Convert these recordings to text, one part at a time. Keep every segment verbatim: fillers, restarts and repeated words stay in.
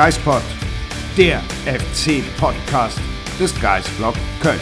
Geispod, der F C-Podcast des Geistblog Köln.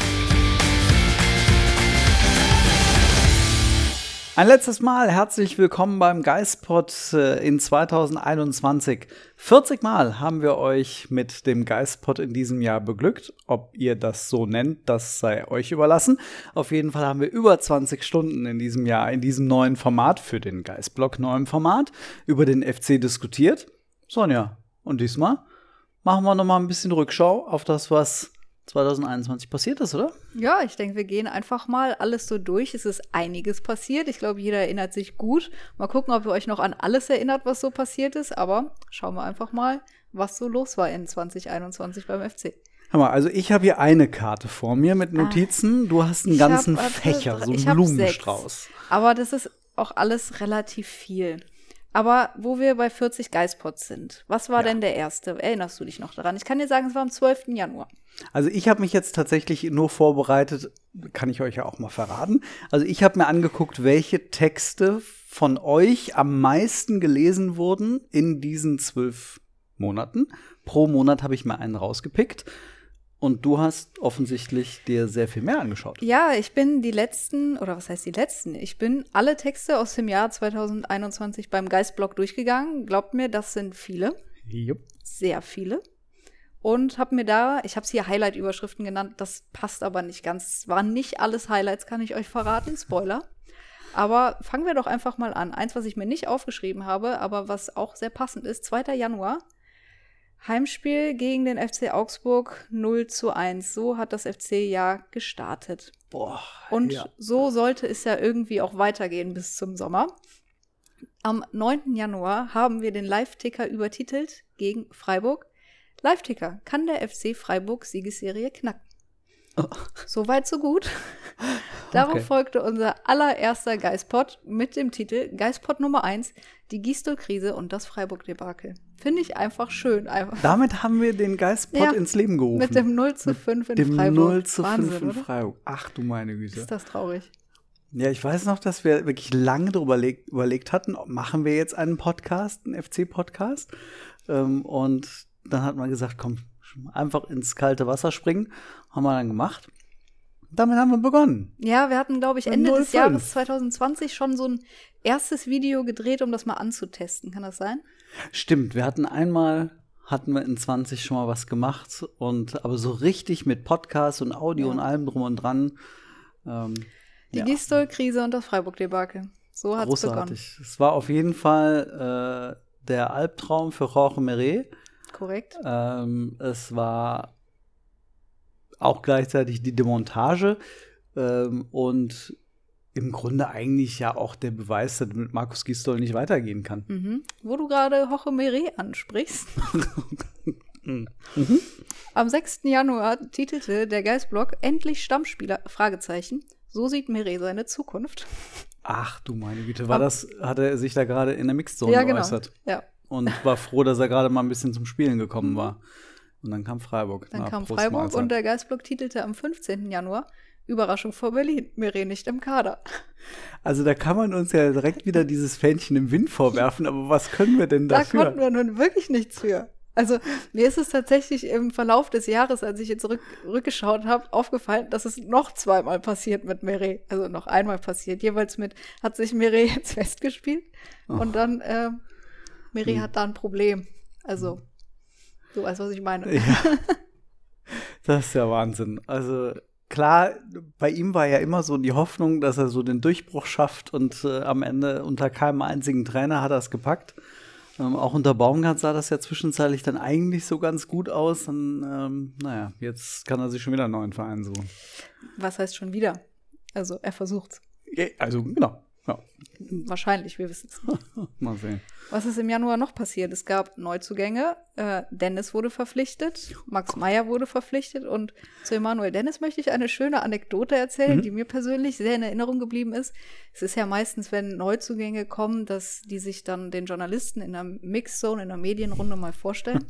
Ein letztes Mal herzlich willkommen beim Geistpod in zweitausendeinundzwanzig. vierzig Mal haben wir euch mit dem Geistpod in diesem Jahr beglückt. Ob ihr das so nennt, das sei euch überlassen. Auf jeden Fall haben wir über zwanzig Stunden in diesem Jahr in diesem neuen Format für den Geistblog, neuem Format, über den F C diskutiert. Sonja, und diesmal machen wir noch mal ein bisschen Rückschau auf das, was zweitausendeinundzwanzig passiert ist, oder? Ja, ich denke, wir gehen einfach mal alles so durch. Es ist einiges passiert. Ich glaube, jeder erinnert sich gut. Mal gucken, ob ihr euch noch an alles erinnert, was so passiert ist. Aber schauen wir einfach mal, was so los war in zwanzig einundzwanzig beim F C. Hör mal, also ich habe hier eine Karte vor mir mit Notizen. Du hast einen Ich ganzen hab, Fächer, so einen ich hab Blumenstrauß. sechs. Aber das ist auch alles relativ viel. Aber wo wir bei vierzig Geistpods sind, was war Ja. denn der erste? Erinnerst du dich noch daran? Ich kann dir sagen, es war am zwölften Januar. Also ich habe mich jetzt tatsächlich nur vorbereitet, kann ich euch ja auch mal verraten. Also ich habe mir angeguckt, welche Texte von euch am meisten gelesen wurden in diesen zwölf Monaten. Pro Monat habe ich mir einen rausgepickt. Und du hast offensichtlich dir sehr viel mehr angeschaut. Ja, ich bin die letzten, oder was heißt die letzten? Ich bin alle Texte aus dem Jahr zweitausendeinundzwanzig beim Geistblog durchgegangen. Glaubt mir, das sind viele. Jupp. Sehr viele. Und habe mir da, ich habe es hier Highlight-Überschriften genannt, das passt aber nicht ganz. Es waren nicht alles Highlights, kann ich euch verraten, Spoiler. Aber fangen wir doch einfach mal an. Eins, was ich mir nicht aufgeschrieben habe, aber was auch sehr passend ist, zweiter Januar. Heimspiel gegen den F C Augsburg null zu eins. So hat das F C-Jahr gestartet. Boah. Und ja. so sollte es ja irgendwie auch weitergehen bis zum Sommer. Am neunten Januar haben wir den Live-Ticker übertitelt gegen Freiburg. Live-Ticker, kann der F C Freiburg Siegesserie knacken? Oh. Soweit, so gut. Darauf Okay. folgte unser allererster Geistpod mit dem Titel Geistpod Nummer eins, die Gistol-Krise und das Freiburg-Debakel. Finde ich einfach schön. Einfach. Damit haben wir den Geistpod Ja, ins Leben gerufen. Mit dem null zu fünf in dem Freiburg. null zu Wahnsinn, fünf in oder? Freiburg. Ach du meine Güte. Ist das traurig? Ja, ich weiß noch, dass wir wirklich lange darüber überlegt, überlegt hatten, ob- machen wir jetzt einen Podcast, einen F C-Podcast? Ähm, und dann hat man gesagt, komm, einfach ins kalte Wasser springen. Haben wir dann gemacht. Damit haben wir begonnen. Ja, wir hatten, glaube ich, Mit Ende null des Komma fünf. Jahres zwanzig zwanzig schon so ein erstes Video gedreht, um das mal anzutesten. Kann das sein? Stimmt, wir hatten einmal, hatten wir in zwanzig schon mal was gemacht. Und aber so richtig mit Podcast und Audio Ja. und allem drum und dran. Ähm, Die ja. Gistol-Krise und das Freiburg-Debakel. So hat es begonnen. Großartig. Es war auf jeden Fall äh, der Albtraum für Jorge Meret. Korrekt. Ähm, es war auch gleichzeitig die Demontage ähm, und im Grunde eigentlich ja auch der Beweis, dass mit Markus Gisdol nicht weitergehen kann. Mhm. Wo du gerade Jorge Meret ansprichst. Mhm. Am sechsten Januar titelte der Geistblog Endlich Stammspieler, Fragezeichen. So sieht Meret seine Zukunft. Ach du meine Güte, war Ab- das, hat er sich da gerade in der Mixzone Ja, genau. geäußert Ja. und war froh, dass er gerade mal ein bisschen zum Spielen gekommen war. Und dann kam Freiburg. Dann Na, kam Prost, Freiburg Mahlzeit. und der Geistblog titelte am fünfzehnten Januar Überraschung vor Berlin. Meret nicht im Kader. Also da kann man uns ja direkt wieder dieses Fähnchen im Wind vorwerfen, aber was können wir denn Da dafür? konnten wir nun wirklich nichts für. Also mir ist es tatsächlich im Verlauf des Jahres, als ich jetzt rück, rückgeschaut habe, aufgefallen, dass es noch zweimal passiert mit Meret. Also noch einmal passiert. Jeweils mit, hat sich Meret jetzt festgespielt und dann, äh, Meret Hm. hat da ein Problem. Also, du weißt, was ich meine. Ja. Das ist ja Wahnsinn. Also klar, bei ihm war ja immer so die Hoffnung, dass er so den Durchbruch schafft und äh, am Ende unter keinem einzigen Trainer hat er es gepackt. Ähm, auch unter Baumgart sah das ja zwischenzeitlich dann eigentlich so ganz gut aus. Und ähm, naja, jetzt kann er sich schon wieder einen neuen Verein suchen. Was heißt schon wieder? Also, er versucht's. Ja, also genau. Ja. Wahrscheinlich, wir wissen es nicht. Mal sehen. Was ist im Januar noch passiert? Es gab Neuzugänge. Äh, Dennis wurde verpflichtet. Max Meyer wurde verpflichtet. Und zu Emanuel Dennis möchte ich eine schöne Anekdote erzählen, Mhm. die mir persönlich sehr in Erinnerung geblieben ist. Es ist ja meistens, wenn Neuzugänge kommen, dass die sich dann den Journalisten in der Mixzone, in der Medienrunde mal vorstellen.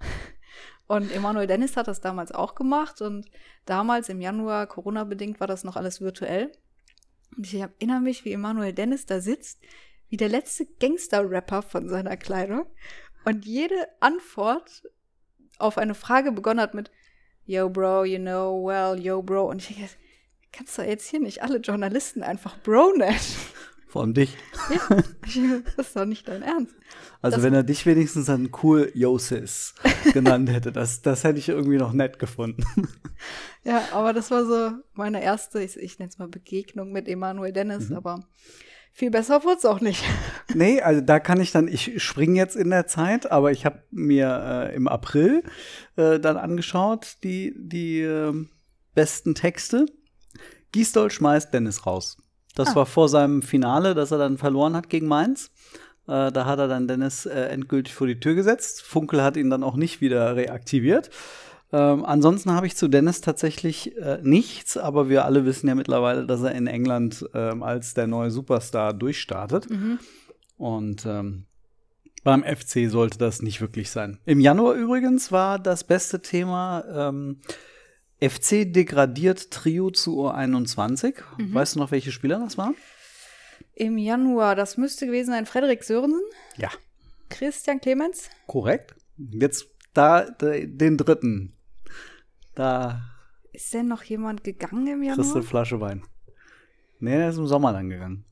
Und Emanuel Dennis hat das damals auch gemacht. Und damals im Januar, Corona-bedingt, war das noch alles virtuell. Und ich erinnere mich, wie Emanuel Dennis da sitzt, wie der letzte Gangster-Rapper von seiner Kleidung und jede Antwort auf eine Frage begonnen hat mit Yo, Bro, you know, well, yo, Bro. Und ich denke, kannst du jetzt hier nicht alle Journalisten einfach Bro nennen? Vor allem dich. Ja, das ist doch nicht dein Ernst. Also das wenn er dich wenigstens dann cool Yo-Sis genannt hätte, das, das hätte ich irgendwie noch nett gefunden. Ja, aber das war so meine erste, ich, ich nenne es mal Begegnung mit Emanuel Dennis, mhm. aber viel besser wurde es auch nicht. Nee, also da kann ich dann, ich springe jetzt in der Zeit, aber ich habe mir äh, im April äh, dann angeschaut, die, die äh, besten Texte. Gisdol schmeißt Dennis raus. Das ah. war vor seinem Finale, das er dann verloren hat gegen Mainz. Äh, da hat er dann Dennis äh, endgültig vor die Tür gesetzt. Funkel hat ihn dann auch nicht wieder reaktiviert. Ähm, ansonsten habe ich zu Dennis tatsächlich äh, nichts, aber wir alle wissen ja mittlerweile, dass er in England ähm, als der neue Superstar durchstartet. Mhm. Und ähm, beim F C sollte das nicht wirklich sein. Im Januar übrigens war das beste Thema ähm, F C degradiert Trio zu U einundzwanzig. Mhm. Weißt du noch, welche Spieler das waren? Im Januar, das müsste gewesen sein Frederik Sörensen. Ja. Christian Clemens. Korrekt. Jetzt da de, den dritten. Da ist denn noch jemand gegangen im Januar? Kriegst du eine Flasche Wein. Nee, der ist im Sommer dann gegangen.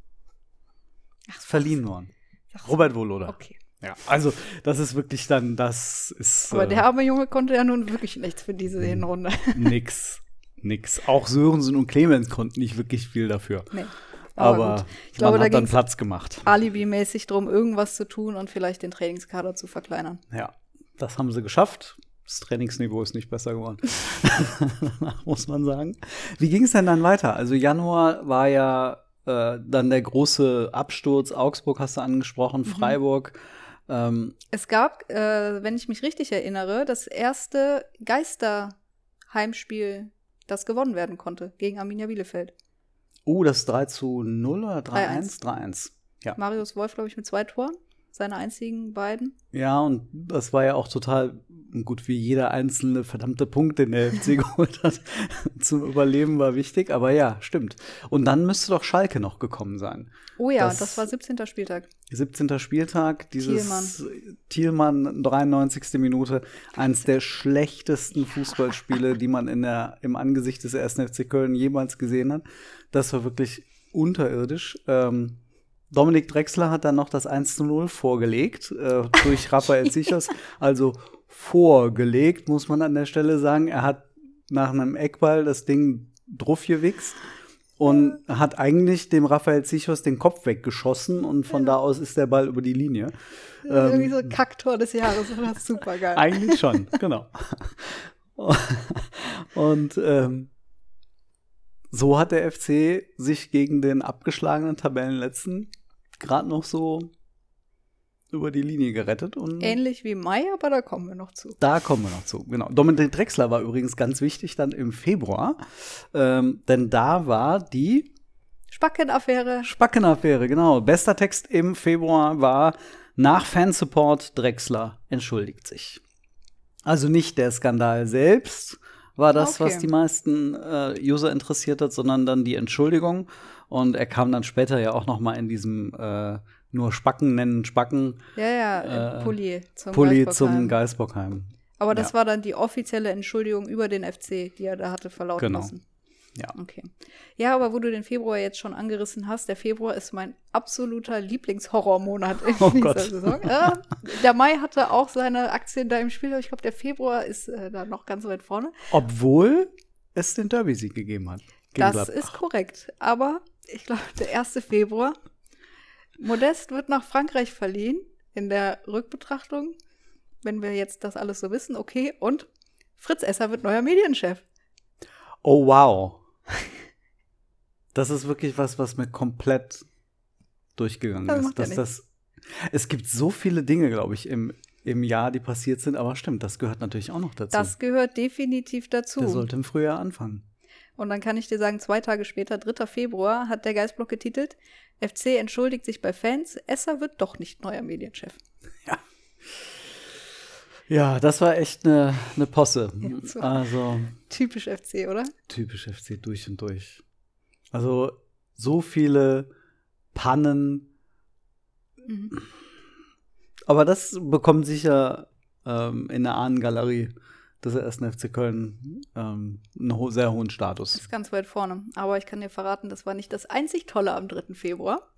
Ach, verliehen worden. Robert Woloda. Okay. Ja, also das ist wirklich dann, das ist Aber äh, der arme Junge konnte ja nun wirklich nichts für diese Hinrunde. Nix, nix. Auch Sörensen und Clemens konnten nicht wirklich viel dafür. Nee. Aber, aber ich glaube, man hat da dann Platz gemacht. Alibi-mäßig drum, irgendwas zu tun und vielleicht den Trainingskader zu verkleinern. Ja, das haben sie geschafft. Das Trainingsniveau ist nicht besser geworden, muss man sagen. Wie ging es denn dann weiter? Also Januar war ja äh, dann der große Absturz. Augsburg hast du angesprochen, Freiburg. Mhm. Ähm, es gab, äh, wenn ich mich richtig erinnere, das erste Geister-Heimspiel, das gewonnen werden konnte gegen Arminia Bielefeld. Oh, uh, das drei zu null oder drei eins? drei eins. Ja. Marius Wolf, glaube ich, mit zwei Toren. Seine einzigen beiden. Ja, und das war ja auch total gut, wie jeder einzelne verdammte Punkt, den der F C geholt hat, zum Überleben war wichtig. Aber ja, stimmt. Und dann müsste doch Schalke noch gekommen sein. Oh ja, das, das war siebzehnter Spieltag. siebzehnter Spieltag, dieses Thielmann, Thielmann dreiundneunzigste Minute. Eins der schlechtesten Fußballspiele, die man in der, im Angesicht des ersten F C Köln jemals gesehen hat. Das war wirklich unterirdisch. Ähm, Dominik Drexler hat dann noch das eins zu null vorgelegt äh, durch Raphael Zichos. Also vorgelegt, muss man an der Stelle sagen. Er hat nach einem Eckball das Ding drauf gewichst und hat eigentlich dem Raphael Zichos den Kopf weggeschossen und von ja. da aus ist der Ball über die Linie. Ähm, irgendwie so ein Kacktor des Jahres, das ist super geil. Eigentlich schon, genau. Und ähm, so hat der F C sich gegen den abgeschlagenen Tabellenletzten gerade noch so über die Linie gerettet. Und ähnlich wie Mai, aber da kommen wir noch zu. Da kommen wir noch zu, genau. Dominik Drexler war übrigens ganz wichtig dann im Februar, ähm, denn da war die Spacken-Affäre. Spacken-Affäre, genau. Bester Text im Februar war: Nach Fansupport Drexler entschuldigt sich. Also nicht der Skandal selbst war das, okay. was die meisten äh, User interessiert hat, sondern dann die Entschuldigung. Und er kam dann später ja auch noch mal in diesem äh, nur Spacken nennen Spacken. Ja, ja, äh, Pulli zum Pulli zum Geisbockheim. Aber das ja. war dann die offizielle Entschuldigung über den F C, die er da hatte verlauten genau. lassen. Ja. Okay. Ja, aber wo du den Februar jetzt schon angerissen hast, der Februar ist mein absoluter Lieblingshorrormonat in oh dieser Gott. Saison. Äh, der Mai hatte auch seine Aktien da im Spiel, aber ich glaube, der Februar ist äh, da noch ganz weit vorne. Obwohl es den Derby-Sieg gegeben hat. Das Gladbach. ist korrekt. Aber ich glaube, der erste Februar, Modest wird nach Frankreich verliehen, in der Rückbetrachtung, wenn wir jetzt das alles so wissen, okay, und Fritz Esser wird neuer Medienchef. Oh, wow. Das ist wirklich was, was mir komplett durchgegangen das ist. Dass das, es gibt so viele Dinge, glaube ich, im, im Jahr, die passiert sind, aber stimmt, das gehört natürlich auch noch dazu. Das gehört definitiv dazu. Der sollte im Frühjahr anfangen. Und dann kann ich dir sagen, zwei Tage später, dritter Februar, hat der Geistblock getitelt: F C entschuldigt sich bei Fans, Esser wird doch nicht neuer Medienchef. Ja. Ja, das war echt eine, eine Posse. Ja, so. Also typisch F C, oder? Typisch F C, durch und durch. Also so viele Pannen, mhm. aber das bekommt sicher ähm, in der Ahnengalerie des ersten F C Köln ähm, einen ho- sehr hohen Status. Das ist ganz weit vorne. Aber ich kann dir verraten, das war nicht das einzig Tolle am dritten Februar.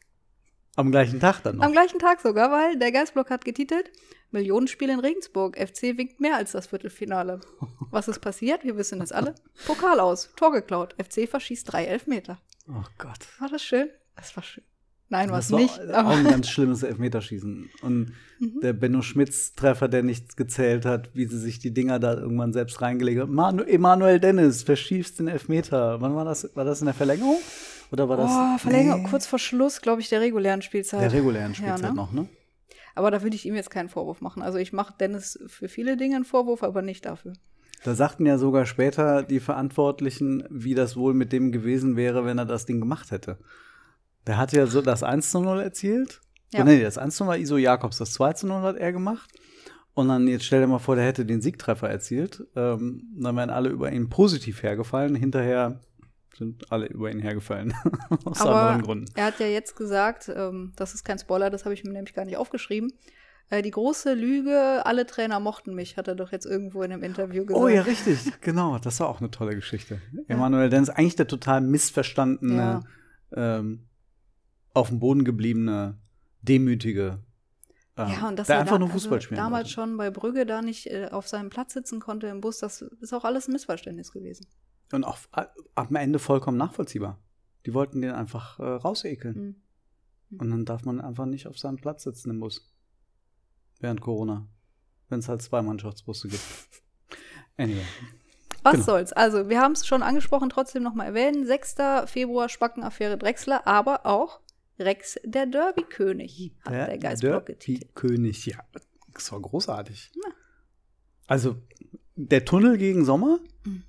Am gleichen Tag dann noch. Am gleichen Tag sogar, weil der Geistblock hat getitelt: Millionenspiel in Regensburg. F C winkt mehr als das Viertelfinale. Was ist passiert? Wir wissen es alle. Pokal aus, Tor geklaut. F C verschießt drei Elfmeter. Oh Gott. War das schön? Das war schön. Nein, war es Das war nicht. auch Aber ein ganz schlimmes Elfmeterschießen. Und Mhm. der Benno Schmitz-Treffer, der nichts gezählt hat, wie sie sich die Dinger da irgendwann selbst reingelegt haben. Manu- Emanuel Dennis verschießt den Elfmeter. Wann war das? War das in der Verlängerung? Oder war das oh, Verlängerung, Nee, kurz vor Schluss, glaube ich, der regulären Spielzeit. der regulären Ja, Spielzeit ne? noch, ne? Aber da würde ich ihm jetzt keinen Vorwurf machen. Also ich mache Dennis für viele Dinge einen Vorwurf, aber nicht dafür. Da sagten ja sogar später die Verantwortlichen, wie das wohl mit dem gewesen wäre, wenn er das Ding gemacht hätte. Der hat ja so das eins zu null erzielt. Ja. Oh, nee, das eins zu null war Iso Jakobs, das zwei zu null hat er gemacht. Und dann, jetzt stell dir mal vor, der hätte den Siegtreffer erzielt. Ähm, dann wären alle über ihn positiv hergefallen. Hinterher sind alle über ihn hergefallen. Aus Aber anderen Gründen. er hat ja jetzt gesagt, ähm, das ist kein Spoiler, das habe ich mir nämlich gar nicht aufgeschrieben. Äh, die große Lüge, alle Trainer mochten mich, hat er doch jetzt irgendwo in einem Interview gesagt. Oh ja, richtig. Genau, das war auch eine tolle Geschichte. Emanuel Dennis, eigentlich der total missverstandene, ähm, auf dem Boden gebliebene, demütige, ähm, Ja, und dass der er einfach da, nur Fußball also spielen damals wollte. schon bei Brügge da nicht äh, auf seinem Platz sitzen konnte im Bus, das ist auch alles ein Missverständnis gewesen. Und auch äh, am Ende vollkommen nachvollziehbar. Die wollten den einfach äh, rausekeln. Mhm. Und dann darf man einfach nicht auf seinem Platz sitzen im Bus. Während Corona. Wenn es halt zwei Mannschaftsbusse gibt. Anyway. Was Genau. soll's? Also, wir haben es schon angesprochen, trotzdem nochmal erwähnen. sechster Februar, Spackenaffäre Drechsler, aber auch Rex, der Derby-König, hat der, der Geistblock getitelt. König, ja. Das war großartig. Ja. Also, der Tunnel gegen Sommer, Mhm.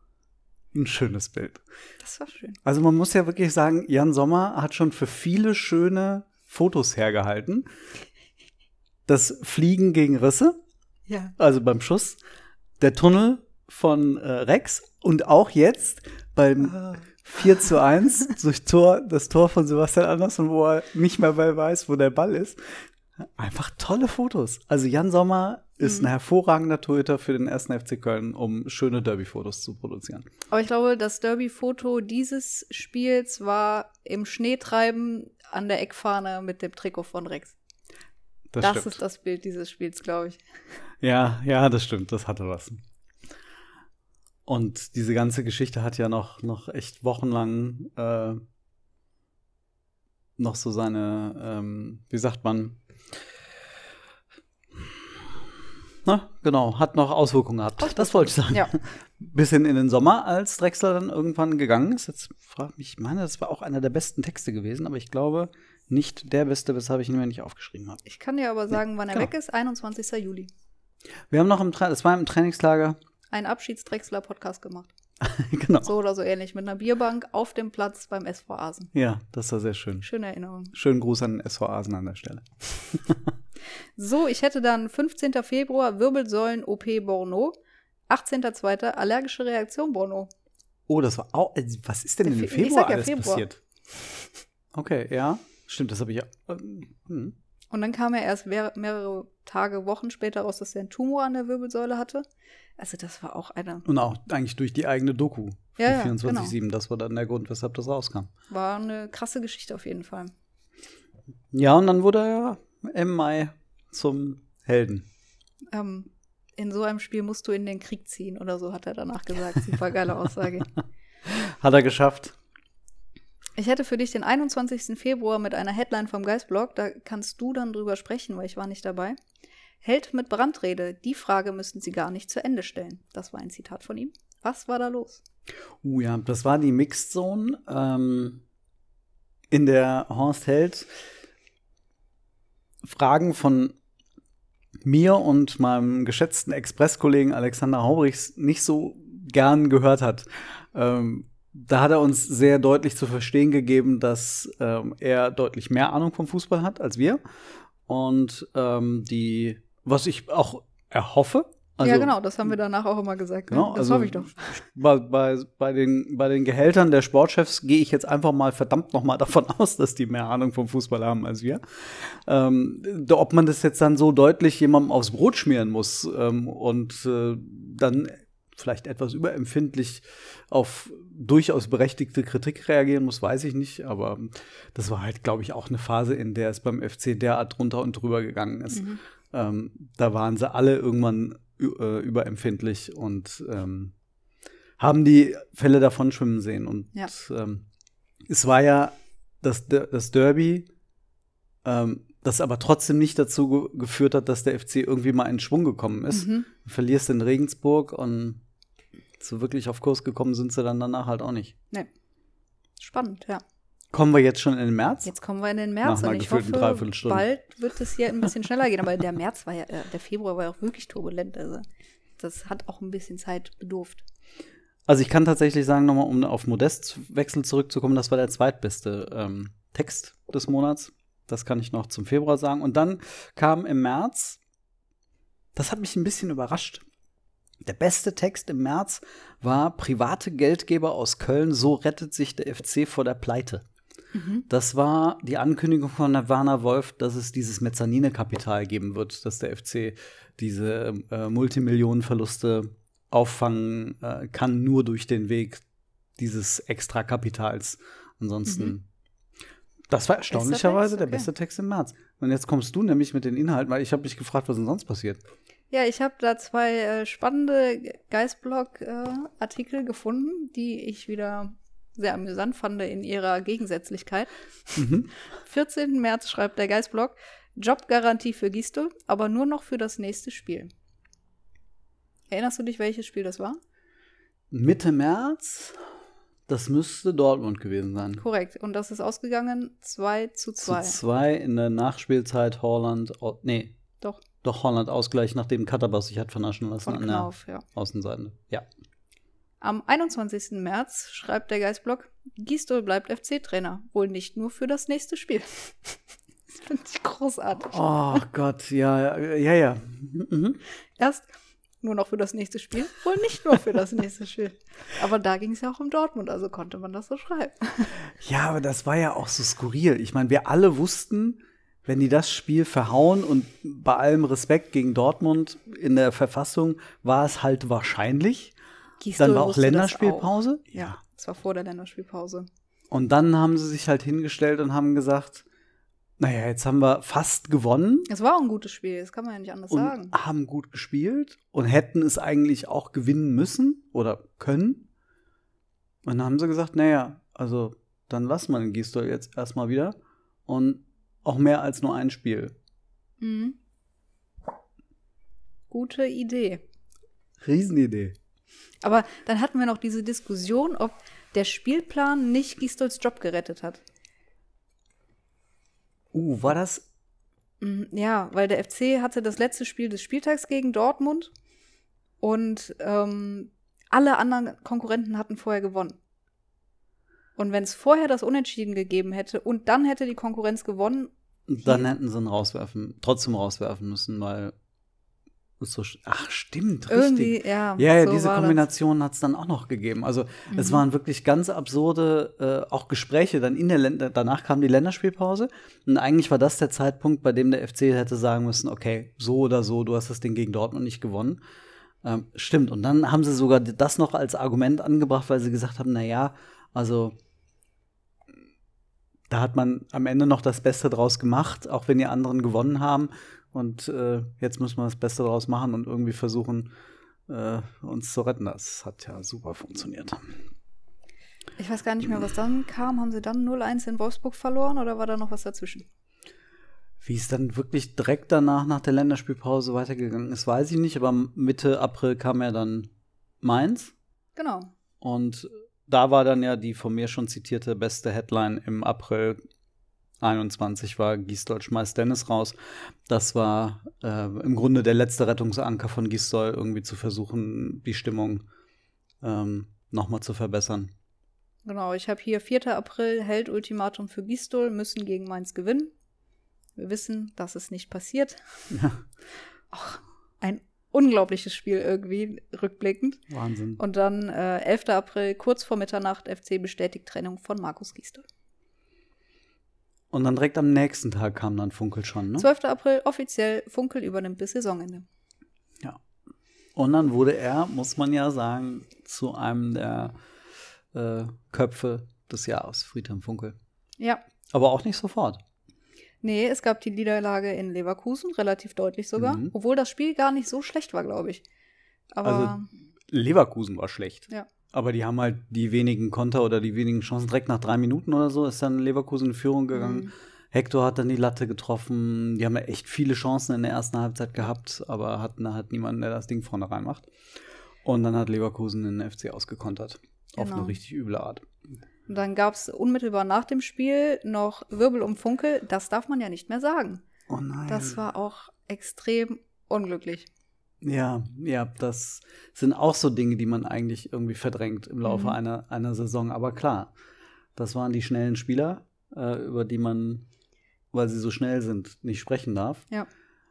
ein schönes Bild. Das war schön. Also man muss ja wirklich sagen, Jan Sommer hat schon für viele schöne Fotos hergehalten. Das Fliegen gegen Risse, Ja. also beim Schuss, der Tunnel von äh, Rex und auch jetzt beim vier zu eins durch Tor, das Tor von Sebastian Andersson, wo er nicht mehr weiß, wo der Ball ist. Einfach tolle Fotos. Also Jan Sommer ist Mhm. ein hervorragender Torhüter für den ersten F C Köln, um schöne Derby-Fotos zu produzieren. Aber ich glaube, das Derby-Foto dieses Spiels war im Schneetreiben an der Eckfahne mit dem Trikot von Rex. Das, Das, stimmt. ist das Bild dieses Spiels, glaube ich. Ja, ja, das stimmt, das hatte was. Und diese ganze Geschichte hat ja noch, noch echt wochenlang äh, noch so seine, ähm, wie sagt man, na, genau, hat noch Auswirkungen gehabt. Das wollte ich sagen. Ja. Bis hin in den Sommer, als Drechsler dann irgendwann gegangen ist. Jetzt frage ich mich, ich meine, das war auch einer der besten Texte gewesen, aber ich glaube, nicht der beste, weshalb ich ihn mir nicht aufgeschrieben habe. Ich kann dir aber sagen, wann er genau. weg ist. einundzwanzigster Juli. Wir haben noch im, Tra- das war im Trainingslager, Ein Abschiedsdrechsler-Podcast gemacht. genau. So oder so ähnlich. Mit einer Bierbank auf dem Platz beim S V Asen. Ja, das war sehr schön. Schöne Erinnerung. Schönen Gruß an den S V Asen an der Stelle. So, ich hätte dann fünfzehnter Februar Wirbelsäulen-O P Borno. achtzehnter zweiter allergische Reaktion Borno. Oh, das war auch. Also, was ist denn Der in dem Fe- ich Februar sag ja alles Februar. passiert? Okay, ja. Stimmt, das habe ich ja. ähm, Hm. Und dann kam er erst mehr, mehrere Tage, Wochen später raus, dass er einen Tumor an der Wirbelsäule hatte. Also das war auch eine, Und auch eigentlich durch die eigene Doku. Ja, ja, vierundzwanzig sieben, das war dann der Grund, weshalb das rauskam. war eine krasse Geschichte auf jeden Fall. Ja, und dann wurde er im Mai zum Helden. Ähm, in so einem Spiel musst du in den Krieg ziehen oder so, hat er danach gesagt. Super geile Aussage. Hat er geschafft. Ich hätte für dich den einundzwanzigsten Februar mit einer Headline vom Geistblog, da kannst du dann drüber sprechen, weil ich war nicht dabei. Held mit Brandrede, die Frage müssten Sie gar nicht zu Ende stellen. Das war ein Zitat von ihm. Was war da los? Uh, ja, das war die Mixed Zone, ähm, in der Horst Held Fragen von mir und meinem geschätzten Express-Kollegen Alexander Haubrichs nicht so gern gehört hat. Ähm, da hat er uns sehr deutlich zu verstehen gegeben, dass ähm, er deutlich mehr Ahnung vom Fußball hat als wir. Und ähm, die, was ich auch erhoffe, Also, ja, genau, das haben wir danach auch immer gesagt. Ne? Genau, das also hoffe ich doch. Bei, bei, bei, den, bei den Gehältern der Sportchefs gehe ich jetzt einfach mal verdammt noch mal davon aus, dass die mehr Ahnung vom Fußball haben als wir. Ähm, ob man das jetzt dann so deutlich jemandem aufs Brot schmieren muss ähm, und äh, dann vielleicht etwas überempfindlich auf durchaus berechtigte Kritik reagieren muss, weiß ich nicht. Aber das war halt, glaube ich, auch eine Phase, in der es beim F C derart drunter und drüber gegangen ist. Mhm. Ähm, da waren sie alle irgendwann äh, überempfindlich und ähm, haben die Fälle davon schwimmen sehen. Und ja. ähm, es war ja das, das Derby, ähm, das aber trotzdem nicht dazu ge- geführt hat, dass der F C irgendwie mal in Schwung gekommen ist. Mhm. Du verlierst in Regensburg und so wirklich auf Kurs gekommen sind sie dann danach halt auch nicht. Nee. Spannend, ja. Kommen wir jetzt schon in den März? Jetzt kommen wir in den März und ich hoffe, bald wird es hier ein bisschen schneller gehen. Aber der März war ja, äh, der Februar war ja auch wirklich turbulent. Also das hat auch ein bisschen Zeit bedurft. Also ich kann tatsächlich sagen, nochmal, um auf Modestwechsel zurückzukommen, das war der zweitbeste ähm, Text des Monats. Das kann ich noch zum Februar sagen. Und dann kam im März, das hat mich ein bisschen überrascht. Der beste Text im März war: Private Geldgeber aus Köln, so rettet sich der F C vor der Pleite. Mhm. Das war die Ankündigung von Werner Wolf, dass es dieses Mezzanine-Kapital geben wird, dass der F C diese äh, Multimillionenverluste auffangen äh, kann, nur durch den Weg dieses Extrakapitals. Ansonsten, mhm. das war erstaunlicherweise der, okay. der beste Text im März. Und jetzt kommst du nämlich mit den Inhalten, weil ich habe mich gefragt, was denn sonst passiert. Ja, ich habe da zwei äh, spannende Geistblog-Artikel äh, gefunden, die ich wieder sehr amüsant fand in ihrer Gegensätzlichkeit. Mhm. vierzehnten März schreibt der Geistblog: Jobgarantie für Gistol, aber nur noch für das nächste Spiel. Erinnerst du dich, welches Spiel das war? Mitte März? Das müsste Dortmund gewesen sein. Korrekt. Und das ist ausgegangen zwei zu zwei. Zu zwei in der Nachspielzeit Holland. Nee. Doch. Doch Holland Ausgleich, nachdem Katterbach sich hat vernaschen lassen. Von Knauf, an der ja. Außenseite. Ja. Am einundzwanzigsten März schreibt der Geistblog: Gistol bleibt F C-Trainer. Wohl nicht nur für das nächste Spiel. Das finde ich großartig. Oh Gott, ja, ja, ja. Mhm. Erst nur noch für das nächste Spiel, wohl nicht nur für das nächste Spiel. Aber da ging es ja auch um Dortmund, also konnte man das so schreiben. Ja, aber das war ja auch so skurril. Ich meine, wir alle wussten, wenn die das Spiel verhauen, und bei allem Respekt gegen Dortmund in der Verfassung war es halt wahrscheinlich. Gistol dann war auch Länderspielpause. Auch. Ja, es war vor der Länderspielpause. Und dann haben sie sich halt hingestellt und haben gesagt, naja, jetzt haben wir fast gewonnen. Es war auch ein gutes Spiel, das kann man ja nicht anders und sagen. Haben gut gespielt und hätten es eigentlich auch gewinnen müssen oder können. Und dann haben sie gesagt, naja, also dann lassen wir den Gistol jetzt erstmal wieder. Und auch mehr als nur ein Spiel. Mhm. Gute Idee. Riesenidee. Aber dann hatten wir noch diese Diskussion, ob der Spielplan nicht Gistols Job gerettet hat. Uh, war das? Ja, weil der F C hatte das letzte Spiel des Spieltags gegen Dortmund und ähm, alle anderen Konkurrenten hatten vorher gewonnen. Und wenn es vorher das Unentschieden gegeben hätte und dann hätte die Konkurrenz gewonnen. Dann hätten sie ihn rauswerfen, trotzdem rauswerfen müssen, weil es so. Ach, stimmt, irgendwie, richtig. Ja, ja, ja so diese Kombination hat es dann auch noch gegeben. Also, mhm. es waren wirklich ganz absurde äh, auch Gespräche. Dann in der Länder, danach kam die Länderspielpause. Und eigentlich war das der Zeitpunkt, bei dem der F C hätte sagen müssen: Okay, so oder so, du hast das Ding gegen Dortmund nicht gewonnen. Ähm, stimmt. Und dann haben sie sogar das noch als Argument angebracht, weil sie gesagt haben: Naja, also da hat man am Ende noch das Beste draus gemacht, auch wenn die anderen gewonnen haben. Und äh, jetzt müssen wir das Beste draus machen und irgendwie versuchen, äh, uns zu retten. Das hat ja super funktioniert. Ich weiß gar nicht mehr, was dann kam. Haben sie dann null eins in Wolfsburg verloren oder war da noch was dazwischen? Wie es dann wirklich direkt danach, nach der Länderspielpause weitergegangen ist, weiß ich nicht. Aber Mitte April kam ja dann Mainz. Genau. Und da war dann ja die von mir schon zitierte beste Headline im April einundzwanzig war: Gistol schmeißt Dennis raus. Das war äh, im Grunde der letzte Rettungsanker von Gistol, irgendwie zu versuchen, die Stimmung ähm, nochmal zu verbessern. Genau, ich habe hier vierter April, Held-Ultimatum für Gistol, müssen gegen Mainz gewinnen. Wir wissen, dass es nicht passiert. Ja. Ach, ein unglaubliches Spiel irgendwie, rückblickend. Wahnsinn. Und dann äh, elfter April, kurz vor Mitternacht, F C bestätigt Trennung von Markus Gisdol. Und dann direkt am nächsten Tag kam dann Funkel schon, ne? zwölfter April, offiziell, Funkel übernimmt bis Saisonende. Ja. Und dann wurde er, muss man ja sagen, zu einem der äh, Köpfe des Jahres, Friedhelm Funkel. Ja. Aber auch nicht sofort. Nee, es gab die Niederlage in Leverkusen, relativ deutlich sogar. Mhm. Obwohl das Spiel gar nicht so schlecht war, glaube ich. Aber also Leverkusen war schlecht. Ja. Aber die haben halt die wenigen Konter oder die wenigen Chancen. Direkt nach drei Minuten oder so ist dann Leverkusen in Führung gegangen. Mhm. Hector hat dann die Latte getroffen. Die haben ja echt viele Chancen in der ersten Halbzeit gehabt, aber hatten halt niemanden, der das Ding vorne reinmacht. Und dann hat Leverkusen den F C ausgekontert. Genau. Auf eine richtig üble Art. Und dann gab es unmittelbar nach dem Spiel noch Wirbel um Funkel. Das darf man ja nicht mehr sagen. Oh nein. Das war auch extrem unglücklich. Ja, ja, das sind auch so Dinge, die man eigentlich irgendwie verdrängt im Laufe mhm. einer, einer Saison. Aber klar, das waren die schnellen Spieler, äh, über die man, weil sie so schnell sind, nicht sprechen darf. Ja.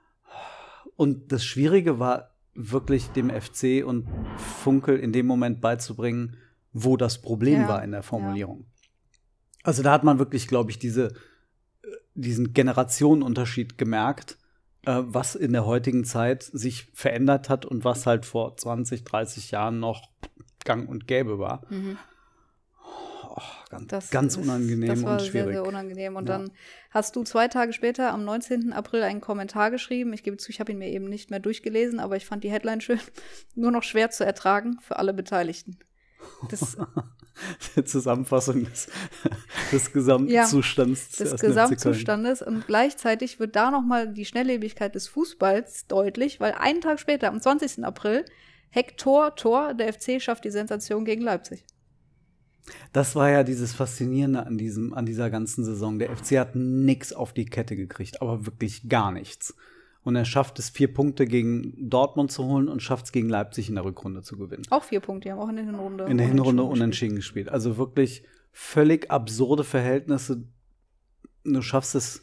Und das Schwierige war wirklich dem F C und Funkel in dem Moment beizubringen, wo das Problem ja. war in der Formulierung. Ja. Also da hat man wirklich, glaube ich, diese, diesen Generationenunterschied gemerkt, äh, was in der heutigen Zeit sich verändert hat und was halt vor zwanzig, dreißig Jahren noch gang und gäbe war. Mhm. Oh, ganz das ganz ist, unangenehm das war und schwierig. Sehr, sehr unangenehm. Und ja. dann hast du zwei Tage später, am neunzehnten April, einen Kommentar geschrieben. Ich gebe zu, ich habe ihn mir eben nicht mehr durchgelesen, aber ich fand die Headline schön. Nur noch schwer zu ertragen für alle Beteiligten. Das Die Zusammenfassung des, des Gesamtzustands. Ja, des Gesamtzustandes. Und gleichzeitig wird da nochmal die Schnelllebigkeit des Fußballs deutlich, weil einen Tag später, am zwanzigsten April, Hector, Tor, der F C schafft die Sensation gegen Leipzig. Das war ja dieses Faszinierende an, diesem, an dieser ganzen Saison. Der F C hat nichts auf die Kette gekriegt, aber wirklich gar nichts. Und er schafft es, vier Punkte gegen Dortmund zu holen und schafft es, gegen Leipzig in der Rückrunde zu gewinnen. Auch vier Punkte, die haben auch in der Hinrunde In der Hinrunde unentschieden gespielt. gespielt. Also wirklich völlig absurde Verhältnisse. Du schaffst es,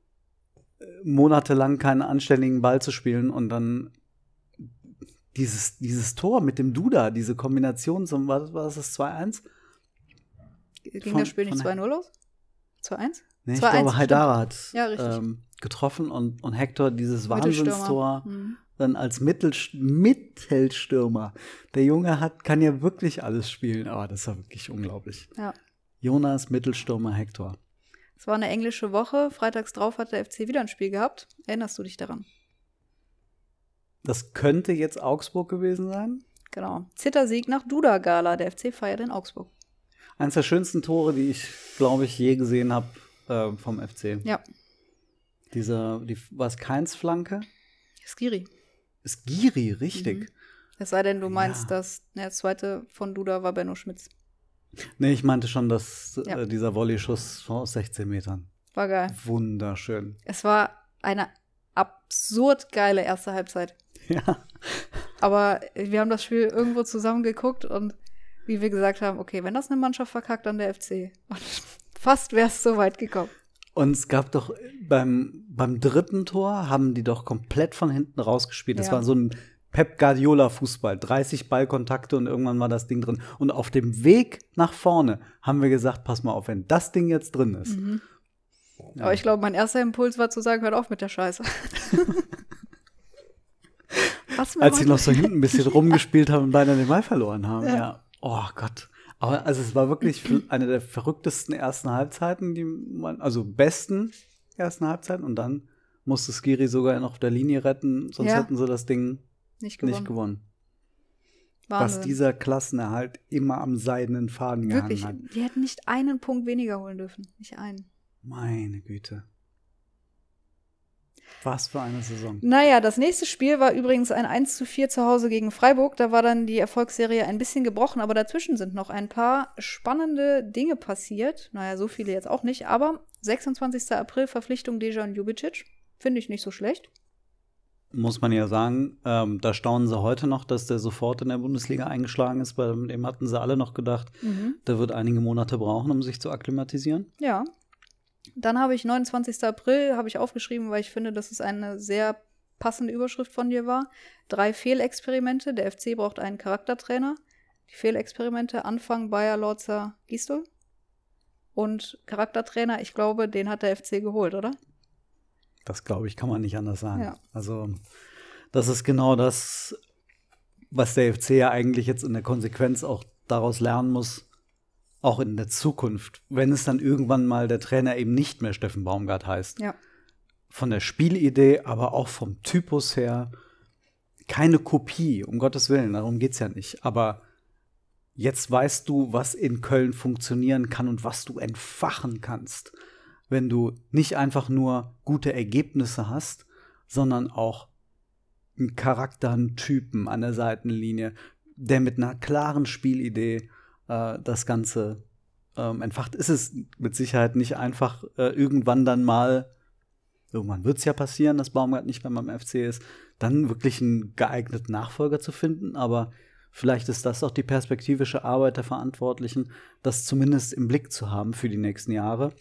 monatelang keinen anständigen Ball zu spielen und dann dieses, dieses Tor mit dem Duda, diese Kombination, zum, was war das, zwei eins? Ging von, das Spiel nicht zwei null los? zwei eins? Nee, ich glaube, Haidara hat ja, ähm, getroffen und, und Hector dieses Wahnsinnstor mhm. dann als Mittel, Mittelstürmer. Der Junge hat, kann ja wirklich alles spielen, aber das war wirklich unglaublich. Ja. Jonas, Mittelstürmer, Hector. Es war eine englische Woche. Freitags drauf hat der F C wieder ein Spiel gehabt. Erinnerst du dich daran? Das könnte jetzt Augsburg gewesen sein. Genau. Zittersieg nach Duda-Gala. Der F C feiert in Augsburg. Eines der schönsten Tore, die ich, glaube ich, je gesehen habe äh, vom F C. Ja. Dieser, die, war es Keins-Flanke? Skiri. Skiri, richtig. Mhm. Es sei denn, du meinst, ja. dass ne, der zweite von Duda war Benno Schmitz. Nee, ich meinte schon, dass ja. äh, dieser Volley-Schuss aus sechzehn Metern. War geil. Wunderschön. Es war eine absurd geile erste Halbzeit. Ja. Aber wir haben das Spiel irgendwo zusammen geguckt und wie wir gesagt haben, okay, wenn das eine Mannschaft verkackt, dann der F C. Und fast wäre es so weit gekommen. Und es gab doch beim, beim dritten Tor haben die doch komplett von hinten rausgespielt. Das ja. war so ein Pep Guardiola-Fußball. dreißig Ballkontakte und irgendwann war das Ding drin. Und auf dem Weg nach vorne haben wir gesagt, pass mal auf, wenn das Ding jetzt drin ist. Mhm. Ja. Aber ich glaube, mein erster Impuls war zu sagen, hört auf mit der Scheiße. Als sie noch so hinten ein bisschen rumgespielt haben und beinahe den Ball verloren haben. Ja. ja. Oh Gott. Aber also es war wirklich eine der verrücktesten ersten Halbzeiten, die man, also besten ersten Halbzeiten. Und dann musste Skiri sogar noch auf der Linie retten, sonst ja. hätten sie das Ding nicht gewonnen. Nicht gewonnen. Was dieser Klassenerhalt immer am seidenen Faden wirklich, gehangen hat. Die hätten nicht einen Punkt weniger holen dürfen. Nicht einen. Meine Güte. Was für eine Saison. Naja, das nächste Spiel war übrigens ein eins zu vier zu Hause gegen Freiburg. Da war dann die Erfolgsserie ein bisschen gebrochen, aber dazwischen sind noch ein paar spannende Dinge passiert. Naja, so viele jetzt auch nicht, aber sechsundzwanzigsten April Verpflichtung Dejan Ljubicic. Finde ich nicht so schlecht. Muss man ja sagen, ähm, da staunen sie heute noch, dass der sofort in der Bundesliga eingeschlagen ist. Bei dem hatten sie alle noch gedacht, mhm. der wird einige Monate brauchen, um sich zu akklimatisieren. Ja. Dann habe ich neunundzwanzigsten April habe ich aufgeschrieben, weil ich finde, das ist eine sehr passende Überschrift von dir war. Drei Fehlexperimente. Der F C braucht einen Charaktertrainer. Die Fehlexperimente: Anfang, Bayer, Lorzer, Gisdol. Und Charaktertrainer, ich glaube, den hat der F C geholt, oder? Das, glaube ich, kann man nicht anders sagen. Ja. Also, das ist genau das, was der F C ja eigentlich jetzt in der Konsequenz auch daraus lernen muss, auch in der Zukunft, wenn es dann irgendwann mal der Trainer eben nicht mehr Steffen Baumgart heißt. Ja. Von der Spielidee, aber auch vom Typus her keine Kopie, um Gottes Willen, darum geht's ja nicht. Aber jetzt weißt du, was in Köln funktionieren kann und was du entfachen kannst, wenn du nicht einfach nur gute Ergebnisse hast, sondern auch einen Charakter, einen Typen an der Seitenlinie, der mit einer klaren Spielidee äh, das Ganze ähm, entfacht. Ist es mit Sicherheit nicht einfach, äh, irgendwann dann mal, irgendwann wird es ja passieren, dass Baumgart nicht mehr beim F C ist, dann wirklich einen geeigneten Nachfolger zu finden, aber vielleicht ist das auch die perspektivische Arbeit der Verantwortlichen, das zumindest im Blick zu haben für die nächsten Jahre.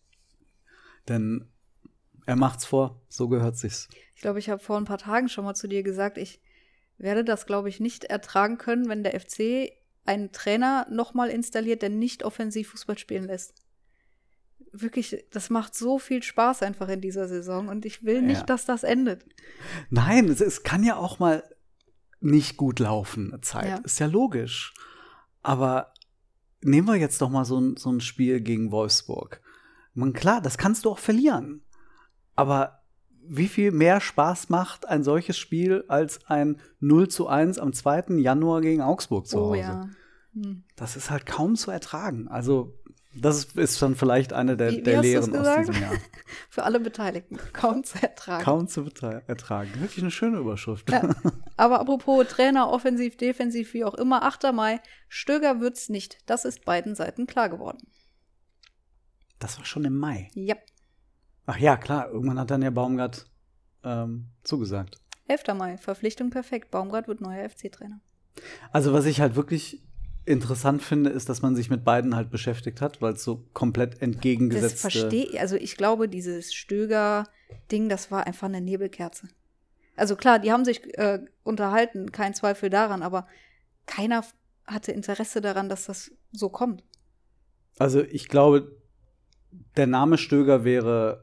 Denn er macht's vor, so gehört sich's. Ich glaube, ich habe vor ein paar Tagen schon mal zu dir gesagt, ich werde das, glaube ich, nicht ertragen können, wenn der F C einen Trainer nochmal installiert, der nicht offensiv Fußball spielen lässt. Wirklich, das macht so viel Spaß einfach in dieser Saison und ich will nicht, Ja. dass das endet. Nein, es, es kann ja auch mal nicht gut laufen, eine Zeit. Ja. Ist ja logisch. Aber nehmen wir jetzt doch mal so ein, so ein Spiel gegen Wolfsburg. Man, klar, das kannst du auch verlieren. Aber wie viel mehr Spaß macht ein solches Spiel als ein null zu eins am zweiten Januar gegen Augsburg zu Oh Hause? ja. Hm. Das ist halt kaum zu ertragen. Also, das ist, ist dann vielleicht eine der, Wie- wie der hast du's Lehren aus gesagt? diesem Jahr. Für alle Beteiligten. Kaum zu ertragen. Kaum zu betra- ertragen. Wirklich eine schöne Überschrift. Ja. Aber apropos Trainer, offensiv, defensiv, wie auch immer, achter Mai, Stöger wird's nicht. Das ist beiden Seiten klar geworden. Das war schon im Mai. Ja. Ach ja, klar. Irgendwann hat dann ja Baumgart ähm, zugesagt. elfter Mai, Verpflichtung perfekt. Baumgart wird neuer F C-Trainer. Also, was ich halt wirklich interessant finde, ist, dass man sich mit beiden halt beschäftigt hat, weil es so komplett Das entgegengesetzte. verstehe also ich glaube, dieses Stöger-Ding, das war einfach eine Nebelkerze. Also klar, die haben sich äh, unterhalten, kein Zweifel daran, aber keiner f- hatte Interesse daran, dass das so kommt. Also, ich glaube, der Name Stöger wäre,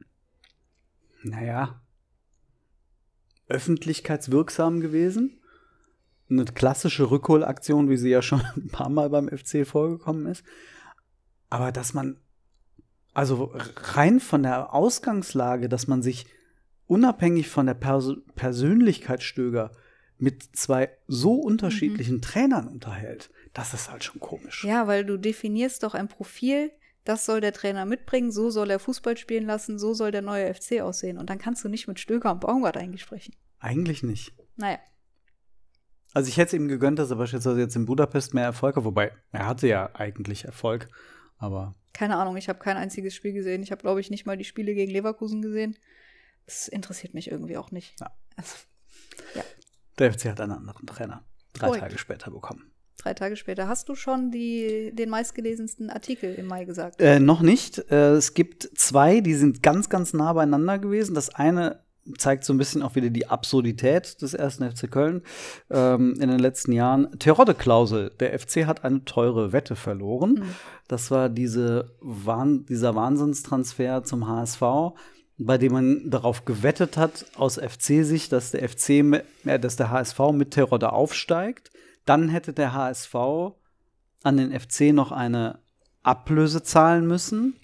naja, öffentlichkeitswirksam gewesen. Eine klassische Rückholaktion, wie sie ja schon ein paar Mal beim F C vorgekommen ist. Aber dass man, also rein von der Ausgangslage, dass man sich unabhängig von der Pers- Persönlichkeit Stöger mit zwei so unterschiedlichen Trainern unterhält, das ist halt schon komisch. Ja, weil du definierst doch ein Profil, das soll der Trainer mitbringen, so soll er Fußball spielen lassen, so soll der neue F C aussehen. Und dann kannst du nicht mit Stöger und Baumgart eigentlich sprechen. Eigentlich nicht. Naja. Also ich hätte es ihm gegönnt, dass er beispielsweise jetzt in Budapest mehr Erfolg hat, wobei er hatte ja eigentlich Erfolg, aber Keine Ahnung, ich habe kein einziges Spiel gesehen. Ich habe, glaube ich, nicht mal die Spiele gegen Leverkusen gesehen. Das interessiert mich irgendwie auch nicht. Ja. Also, der F C hat einen anderen Trainer drei Korrekt. Tage später bekommen. drei Tage später. Hast du schon die, den meistgelesensten Artikel im Mai gesagt? Äh, noch nicht. Äh, es gibt zwei, die sind ganz, ganz nah beieinander gewesen. Das eine zeigt so ein bisschen auch wieder die Absurdität des ersten F C Köln ähm, in den letzten Jahren. Terodde-Klausel. Der F C hat eine teure Wette verloren. Mhm. Das war diese Wahn dieser Wahnsinnstransfer zum H S V, bei dem man darauf gewettet hat, aus F C-Sicht, dass der F C, mit, äh, dass der H S V mit Terodde aufsteigt. Dann hätte der H S V an den F C noch eine Ablöse zahlen müssen.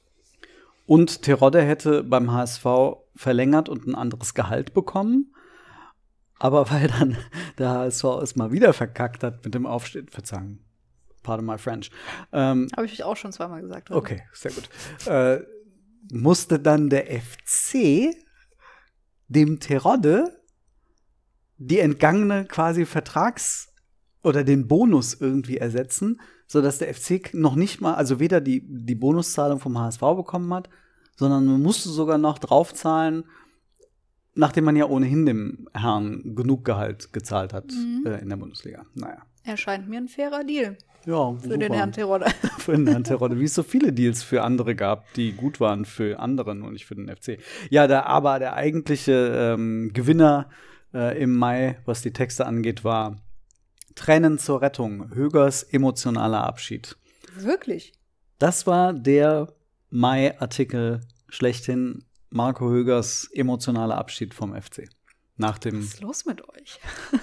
Und Terodde hätte beim H S V verlängert und ein anderes Gehalt bekommen. Aber weil dann der H S V es mal wieder verkackt hat mit dem Aufstehen, verzeihen, pardon my French, ähm, Habe ich auch schon zweimal gesagt. Heute. okay, sehr gut, äh, musste dann der F C dem Terodde die entgangene quasi Vertrags- oder den Bonus irgendwie ersetzen, sodass der F C noch nicht mal, also weder die, die Bonuszahlung vom H S V bekommen hat, sondern man musste sogar noch draufzahlen, nachdem man ja ohnehin dem Herrn genug Gehalt gezahlt hat Mhm. äh, in der Bundesliga. Naja. Erscheint mir ein fairer Deal. Ja, Für super. den Herrn Terodde. Für den Herrn Terodde, wie es so viele Deals für andere gab, die gut waren für andere und nicht für den F C. Ja, der, aber der eigentliche ähm, Gewinner äh, im Mai, was die Texte angeht, war Tränen zur Rettung, Högers emotionaler Abschied. Wirklich? Das war der Mai-Artikel schlechthin, Marco Högers emotionaler Abschied vom F C. Nach dem, Was ist los mit euch?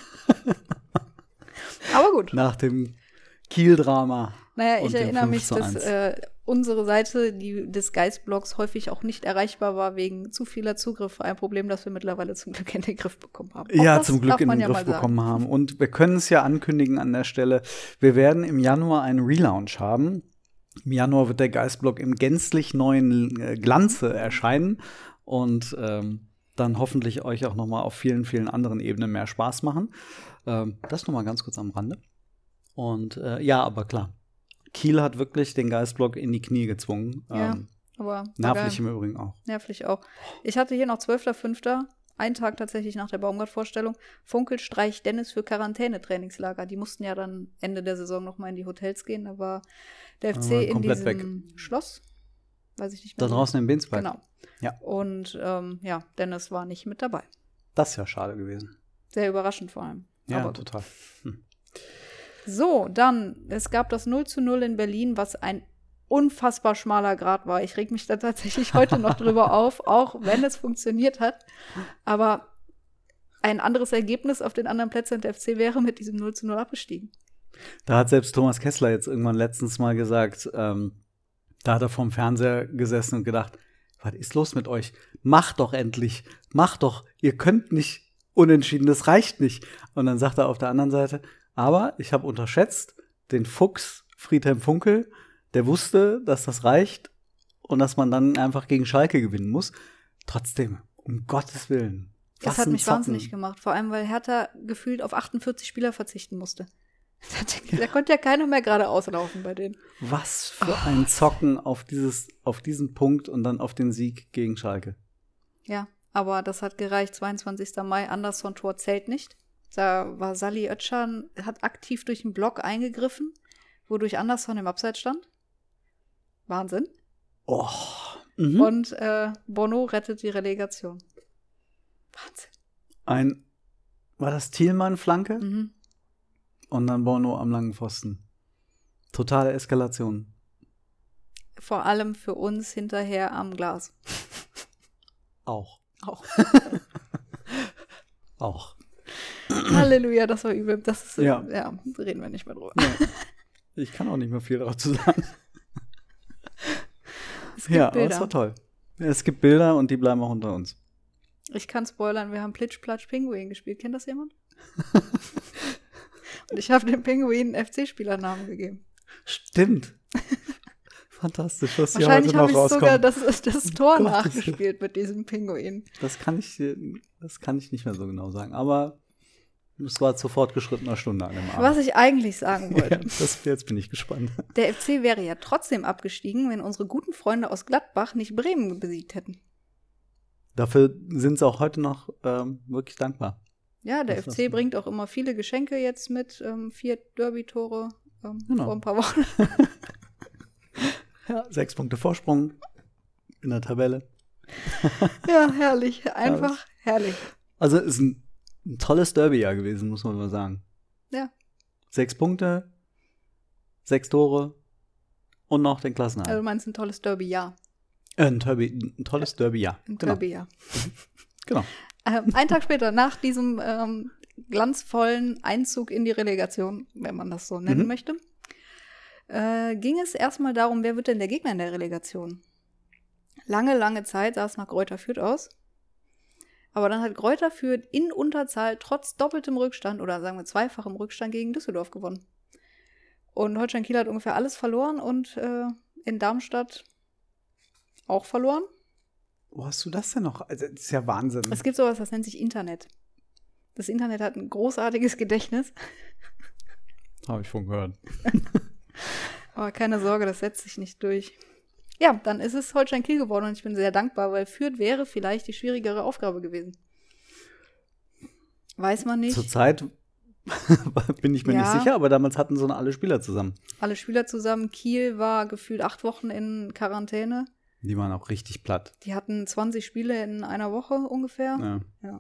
Aber gut. nach dem Kiel-Drama. Naja, ich und dem erinnere mich, fünf zu dass eins. äh, unsere Seite die, des Geist-Blogs häufig auch nicht erreichbar war wegen zu vieler Zugriffe. Ein Problem, das wir mittlerweile zum Glück in den Griff bekommen haben. Auch Ja, das zum Glück darf in man den ja Griff mal sagen. bekommen haben. Und wir können es ja ankündigen an der Stelle, wir werden im Januar einen Relaunch haben. Im Januar wird der Geistblog im gänzlich neuen äh, Glanze erscheinen und ähm, dann hoffentlich euch auch noch mal auf vielen, vielen anderen Ebenen mehr Spaß machen. Ähm, das noch mal ganz kurz am Rande. Und äh, ja, aber klar, Kiel hat wirklich den Geistblog in die Knie gezwungen. Ja, Ähm, aber war nervlich geil. im Übrigen auch. Nervlich auch. Ich hatte hier noch zwölfter fünfter einen Tag tatsächlich nach der Baumgart-Vorstellung, Funkel streicht Dennis für Quarantänetrainingslager. Die mussten ja dann Ende der Saison noch mal in die Hotels gehen. Da war der F C Ah, in komplett diesem Schloss. Weiß ich nicht mehr. Da wie- draußen in Bensberg. Genau. Ja. Und ähm, ja, Dennis war nicht mit dabei. Das ist ja schade gewesen. Sehr überraschend vor allem. Ja, Aber gut. total. Hm. So, dann, es gab das null zu null in Berlin, was ein unfassbar schmaler Grat war. Ich reg mich da tatsächlich heute noch drüber auf, auch wenn es funktioniert hat. Aber ein anderes Ergebnis auf den anderen Plätzen der F C wäre mit diesem null zu null abgestiegen. Da hat selbst Thomas Kessler jetzt irgendwann letztens mal gesagt, ähm, da hat er vorm Fernseher gesessen und gedacht, was ist los mit euch? Macht doch endlich, macht doch, ihr könnt nicht unentschieden, das reicht nicht. Und dann sagt er auf der anderen Seite, aber ich habe unterschätzt den Fuchs Friedhelm Funkel, der wusste, dass das reicht und dass man dann einfach gegen Schalke gewinnen muss. Trotzdem, um Gottes Willen. Das was hat ein mich Zocken. wahnsinnig gemacht, vor allem, weil Hertha gefühlt auf achtundvierzig Spieler verzichten musste. Da konnte ja keiner mehr gerade auslaufen bei denen. Was für ein Zocken auf dieses, auf diesen Punkt und dann auf den Sieg gegen Schalke. Ja, aber das hat gereicht. zweiundzwanzigster Mai, Anderson Tor zählt nicht. Da war Sally Özcan, hat aktiv durch den Block eingegriffen, wodurch Anderson im Abseits stand. Wahnsinn. Oh. Mhm. Und äh, Bono rettet die Relegation. Wahnsinn. Ein, war das Thielmann-Flanke? Mhm. Und dann Bono am langen Pfosten. Totale Eskalation. Vor allem für uns hinterher am Glas. Auch. Auch. Auch. Halleluja, das war übel. Das ist, Ja. ja, reden wir nicht mehr drüber. Ja. Ich kann auch nicht mehr viel dazu sagen. Es gibt Ja, aber Bilder. es war toll. Es gibt Bilder und die bleiben auch unter uns. Ich kann spoilern, wir haben Plitsch, Platsch, Pinguin gespielt. Kennt das jemand? Und ich habe dem Pinguin einen F C-Spielernamen gegeben. Stimmt. Fantastisch, was hier Wahrscheinlich heute habe noch ich sogar rauskommt. das, das Tor Gottes nachgespielt mit diesem Pinguin. Das kann ich, das kann ich nicht mehr so genau sagen. Aber es war zu fortgeschrittener Stunde an dem Abend. Was ich eigentlich sagen wollte. Ja, das, jetzt bin ich gespannt. Der F C wäre ja trotzdem abgestiegen, wenn unsere guten Freunde aus Gladbach nicht Bremen besiegt hätten. Dafür sind sie auch heute noch ähm, wirklich dankbar. Ja, der Das F C war's. bringt auch immer viele Geschenke jetzt mit. Ähm, vier Derby-Tore ähm, Genau. vor ein paar Wochen. Ja, sechs Punkte Vorsprung in der Tabelle. Ja, herrlich. Einfach herrlich. Also ist ein, ein tolles Derby-Jahr gewesen, muss man mal sagen. Ja. Sechs Punkte, sechs Tore und noch den Klassenerhalt. Also du meinst ein tolles Derby-Jahr. Äh, ein, Derby, ein tolles Derby-Jahr. Ein Genau. Derby-Jahr. genau. Ähm, einen Tag später, nach diesem ähm, glanzvollen Einzug in die Relegation, wenn man das so nennen Mhm. möchte, äh, ging es erstmal darum, wer wird denn der Gegner in der Relegation? Lange, lange Zeit sah es nach Greuther Fürth aus. Aber dann hat Greuther Fürth in Unterzahl trotz doppeltem Rückstand oder sagen wir zweifachem Rückstand gegen Düsseldorf gewonnen. Und Holstein Kiel hat ungefähr alles verloren und äh, in Darmstadt auch verloren. Wo hast du das denn noch? Also, das ist ja Wahnsinn. Es gibt sowas, das nennt sich Internet. Das Internet hat ein großartiges Gedächtnis. Habe ich von gehört. Aber keine Sorge, das setzt sich nicht durch. Ja, dann ist es Holstein Kiel geworden und ich bin sehr dankbar, weil Fürth wäre vielleicht die schwierigere Aufgabe gewesen. Weiß man nicht. Zurzeit Bin ich mir Ja. nicht sicher, aber damals hatten so alle Spieler zusammen. Alle Spieler zusammen. Kiel war gefühlt acht Wochen in Quarantäne. Die waren auch richtig platt. Die hatten zwanzig Spiele in einer Woche ungefähr. Ja. Ja.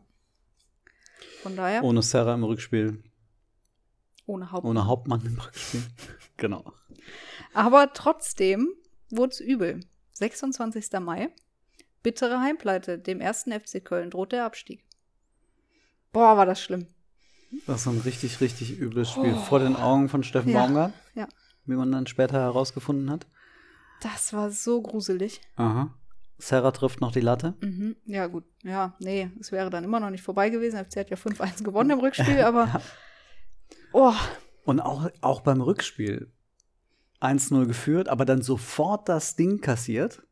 Von daher, Ohne Serra im Rückspiel, ohne Haupt. ohne Hauptmann im Rückspiel. Genau. Aber trotzdem wurde es übel. sechsundzwanzigster Mai. Bittere Heimpleite. Dem ersten F C Köln droht der Abstieg. Boah, war das schlimm. Das war ein richtig, richtig übles Spiel. Oh. Vor den Augen von Steffen Ja. Baumgart, Ja. wie man dann später herausgefunden hat. Das war so gruselig. Aha. Serra trifft noch die Latte. Mhm. Ja, gut. Ja, nee, es wäre dann immer noch nicht vorbei gewesen. F C hat ja fünf eins gewonnen im Rückspiel, aber Ja. oh, Und auch, auch beim Rückspiel eins null geführt, aber dann sofort das Ding kassiert.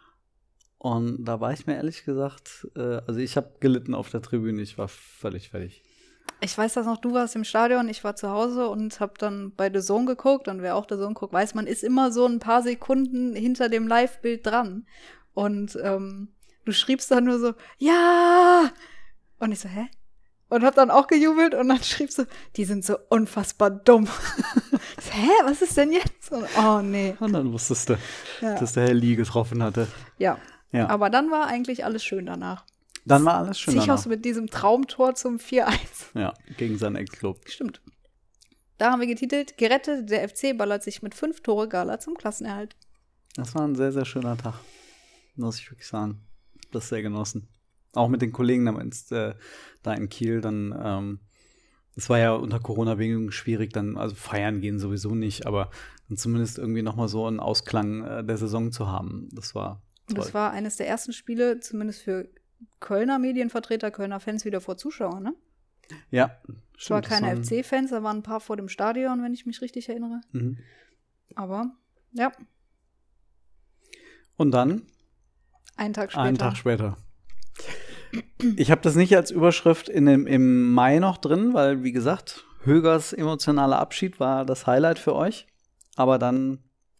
Und da war ich mir ehrlich gesagt, äh, also ich habe gelitten auf der Tribüne, ich war völlig fertig. ich weiß das noch, du warst im Stadion, ich war zu Hause und habe dann bei The Zone geguckt. Und wer auch The Zone guckt, weiß, man ist immer so ein paar Sekunden hinter dem Live-Bild dran. Und ähm, du schriebst dann nur so, ja! Und ich so, hä? Und hab dann auch gejubelt und dann schriebst du, die sind so unfassbar dumm. Ich so, hä, was ist denn jetzt? Und, oh, nee. Und dann wusstest du, Ja. dass der Herr Lee getroffen hatte. Ja. Ja. Aber dann war eigentlich alles schön danach. Dann war alles schön Sichos danach. mit diesem Traumtor zum vier eins. Ja, gegen seinen Ex-Club. Stimmt. Da haben wir getitelt, gerettet, der F C ballert sich mit fünf Tore Gala zum Klassenerhalt. Das war ein sehr, sehr schöner Tag. Muss ich wirklich sagen. Das sehr genossen. Auch mit den Kollegen damals, äh, da in Kiel dann, ähm, es war ja unter Corona-Bedingungen schwierig, dann, also feiern gehen sowieso nicht, aber dann zumindest irgendwie nochmal so einen Ausklang äh, der Saison zu haben. Das war Und toll. das war eines der ersten Spiele, zumindest für Kölner Medienvertreter, Kölner Fans wieder vor Zuschauern, ne? Ja, Es war stimmt, das keine waren- F C-Fans, da waren ein paar vor dem Stadion, wenn ich mich richtig erinnere. Mhm. Aber, ja, Und dann, einen Tag später. einen Tag später. Ich habe das nicht als Überschrift in dem, im Mai noch drin, weil, wie gesagt, Högers emotionaler Abschied war das Highlight für euch. Aber dann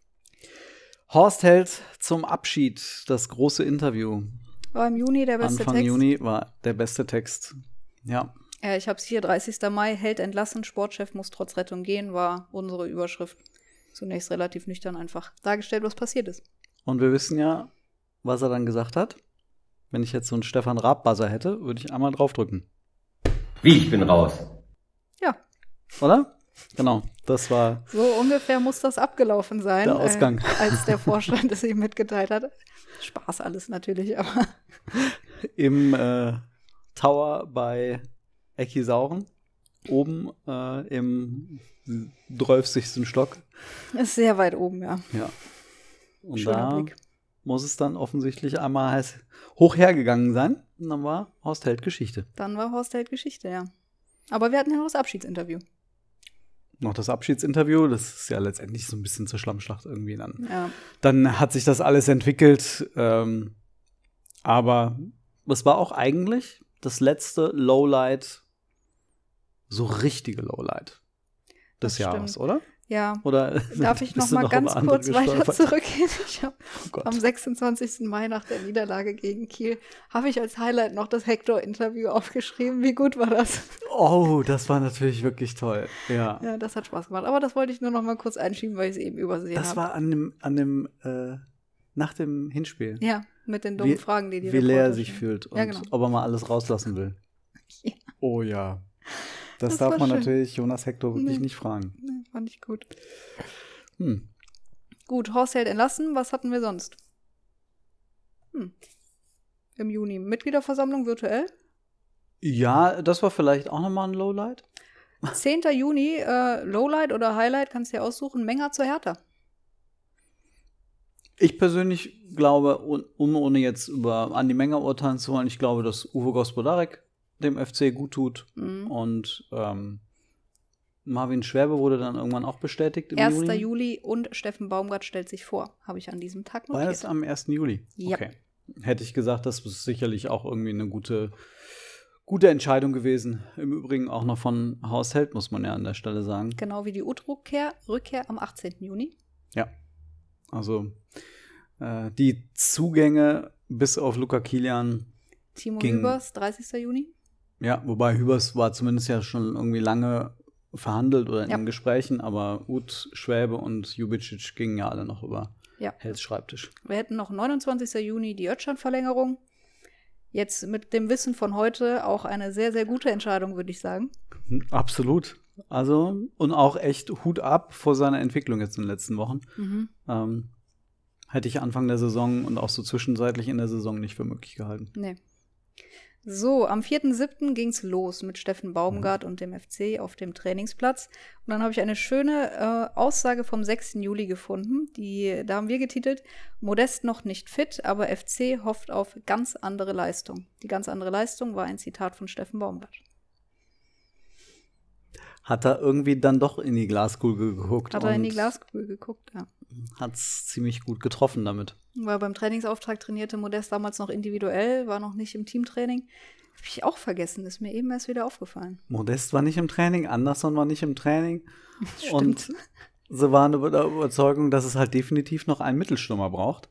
Horst Held zum Abschied, das große Interview. War im Juni der beste Anfang Text. Juni war der beste Text. Ja, Ja, ich hab's hier, dreißigster Mai, Held entlassen, Sportchef muss trotz Rettung gehen, war unsere Überschrift. Zunächst relativ nüchtern einfach dargestellt, was passiert ist. und wir wissen ja, was er dann gesagt hat. Wenn ich jetzt so einen Stefan Raab-Buzzer hätte, würde ich einmal draufdrücken. Wie, ich bin raus. Ja, Oder? Genau, das war so ungefähr muss das abgelaufen sein. Der Ausgang. Äh, als der Vorstand es ihm mitgeteilt hat. Spaß alles natürlich, aber im äh, Tower bei Eckisauren. Oben äh, im dreißigsten Stock. ist sehr weit oben, ja. Ja. Und Schöner da Blick. muss es dann offensichtlich einmal heiß hoch hergegangen sein. Und dann war Horst Held Geschichte. Dann war Horst Held Geschichte, ja. Aber wir hatten ja noch das Abschiedsinterview. Noch das Abschiedsinterview, das ist ja letztendlich so ein bisschen zur Schlammschlacht irgendwie dann. Ja. Dann hat sich das alles entwickelt. Ähm, aber es war auch eigentlich das letzte Lowlight, so richtige Lowlight des Das Jahres, stimmt. oder? Ja. Oder Darf ich bist noch du mal ganz über andere kurz weiter gestolpert? zurückgehen? Ich habe Oh Gott. am sechsundzwanzigsten Mai nach der Niederlage gegen Kiel habe ich als Highlight noch das Hector-Interview aufgeschrieben. Wie gut war das? Oh, das war natürlich wirklich toll. Ja. Ja, das hat Spaß gemacht. Aber das wollte ich nur noch mal kurz einschieben, weil ich es eben übersehen habe. Das war an dem, an dem, äh, nach dem Hinspiel. Ja, mit den dummen Wie- Fragen, die die Wie leer er Reporter sich stellen. fühlt und Ja, genau. ob er mal alles rauslassen will. Ja. Oh ja. Das, Das darf war man schön. natürlich Jonas Hector wirklich Nee. nicht fragen. Nee, fand ich gut. Hm. Gut, Horst Held entlassen. Was hatten wir sonst? Hm. Im Juni Mitgliederversammlung virtuell. Ja, das war vielleicht auch nochmal ein Lowlight. zehnter Juni, äh, Lowlight oder Highlight, kannst du dir aussuchen. Menger zur Hertha. Ich persönlich glaube, un- um ohne jetzt über Andi Menger urteilen zu wollen, ich glaube, dass Uwe Gospodarek dem F C gut tut. Mhm. Und ähm, Marvin Schwäbe wurde dann irgendwann auch bestätigt im erster Juli. Juli und Steffen Baumgart stellt sich vor. Habe ich an diesem Tag War das notiert. am ersten Juli? Ja. Okay. Hätte ich gesagt, das ist sicherlich auch irgendwie eine gute, gute Entscheidung gewesen. Im Übrigen auch noch von Horst Held, muss man ja an der Stelle sagen. Genau wie die Uth-Rückkehr Rückkehr am achtzehnten Juni. Ja. Also äh, die Zugänge bis auf Luca Kilian. Timo Ging- Hübers, dreißigster Juni. Ja, wobei Hübers war zumindest ja schon irgendwie lange verhandelt oder in Ja. den Gesprächen, aber Uth, Schwäbe und Jubicic gingen ja alle noch über Ja. Hells Schreibtisch. Wir hätten noch neunundzwanzigster Juni die Ötschan-Verlängerung. Jetzt mit dem Wissen von heute auch eine sehr, sehr gute Entscheidung, würde ich sagen. Absolut. Also, und auch echt Hut ab vor seiner Entwicklung jetzt in den letzten Wochen. Mhm. Ähm, hätte ich Anfang der Saison und auch so zwischenzeitlich in der Saison nicht für möglich gehalten. Nee. So, am vierten siebten ging es los mit Steffen Baumgart und dem F C auf dem Trainingsplatz. Und dann habe ich eine schöne äh, Aussage vom sechsten Juli gefunden. Die, da haben wir getitelt, Modest noch nicht fit, aber F C hofft auf ganz andere Leistung. Die ganz andere Leistung war ein Zitat von Steffen Baumgart. Hat er irgendwie dann doch in die Glaskugel geguckt. Hat er in die und Glaskugel geguckt, ja. Hat es ziemlich gut getroffen damit. Weil beim Trainingsauftrag trainierte Modest damals noch individuell, war noch nicht im Teamtraining. Habe ich auch vergessen, ist mir eben erst wieder aufgefallen. Modest war nicht im Training, Anderson war nicht im Training. Stimmt. Und sie waren über der Überzeugung, dass es halt definitiv noch einen Mittelstürmer braucht.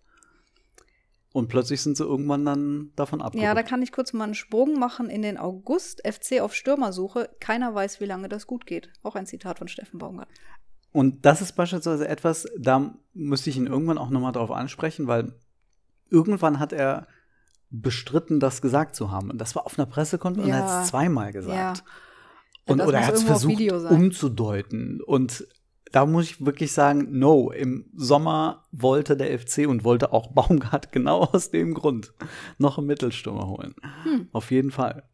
Und plötzlich sind sie irgendwann dann davon abgerückt. Ja, da kann ich kurz mal einen Sprung machen in den August. F C auf Stürmersuche. Keiner weiß, wie lange das gut geht. Auch ein Zitat von Steffen Baumgart. Und das ist beispielsweise etwas, da müsste ich ihn irgendwann auch nochmal drauf ansprechen, weil irgendwann hat er bestritten, das gesagt zu haben. Und das war auf einer Pressekonferenz Ja. und er hat es zweimal gesagt. Ja. Und, Das oder er muss hat es irgendwo auf versucht Video sein. umzudeuten. Und da muss ich wirklich sagen, no, im Sommer wollte der F C und wollte auch Baumgart genau aus dem Grund noch einen Mittelstürmer holen. Hm. Auf jeden Fall.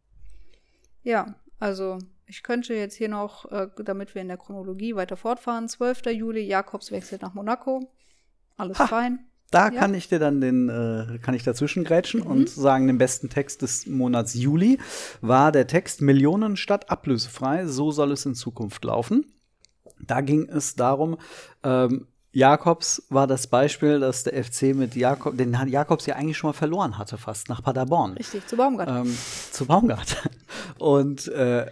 Ja, also ich könnte jetzt hier noch, äh, damit wir in der Chronologie weiter fortfahren, zwölfter Juli, Jakobs wechselt nach Monaco. Alles Ha. fein. Da Ja. kann ich dir dann den, äh, kann ich dazwischen grätschen Mhm. und sagen, den besten Text des Monats Juli war der Text Millionen statt ablösefrei, so soll es in Zukunft laufen. Da ging es darum, ähm, Jakobs war das Beispiel, dass der F C mit Jakob, den Jakobs ja eigentlich schon mal verloren hatte, fast nach Paderborn. Richtig, zu Baumgart. Ähm, zu Baumgart. Und äh,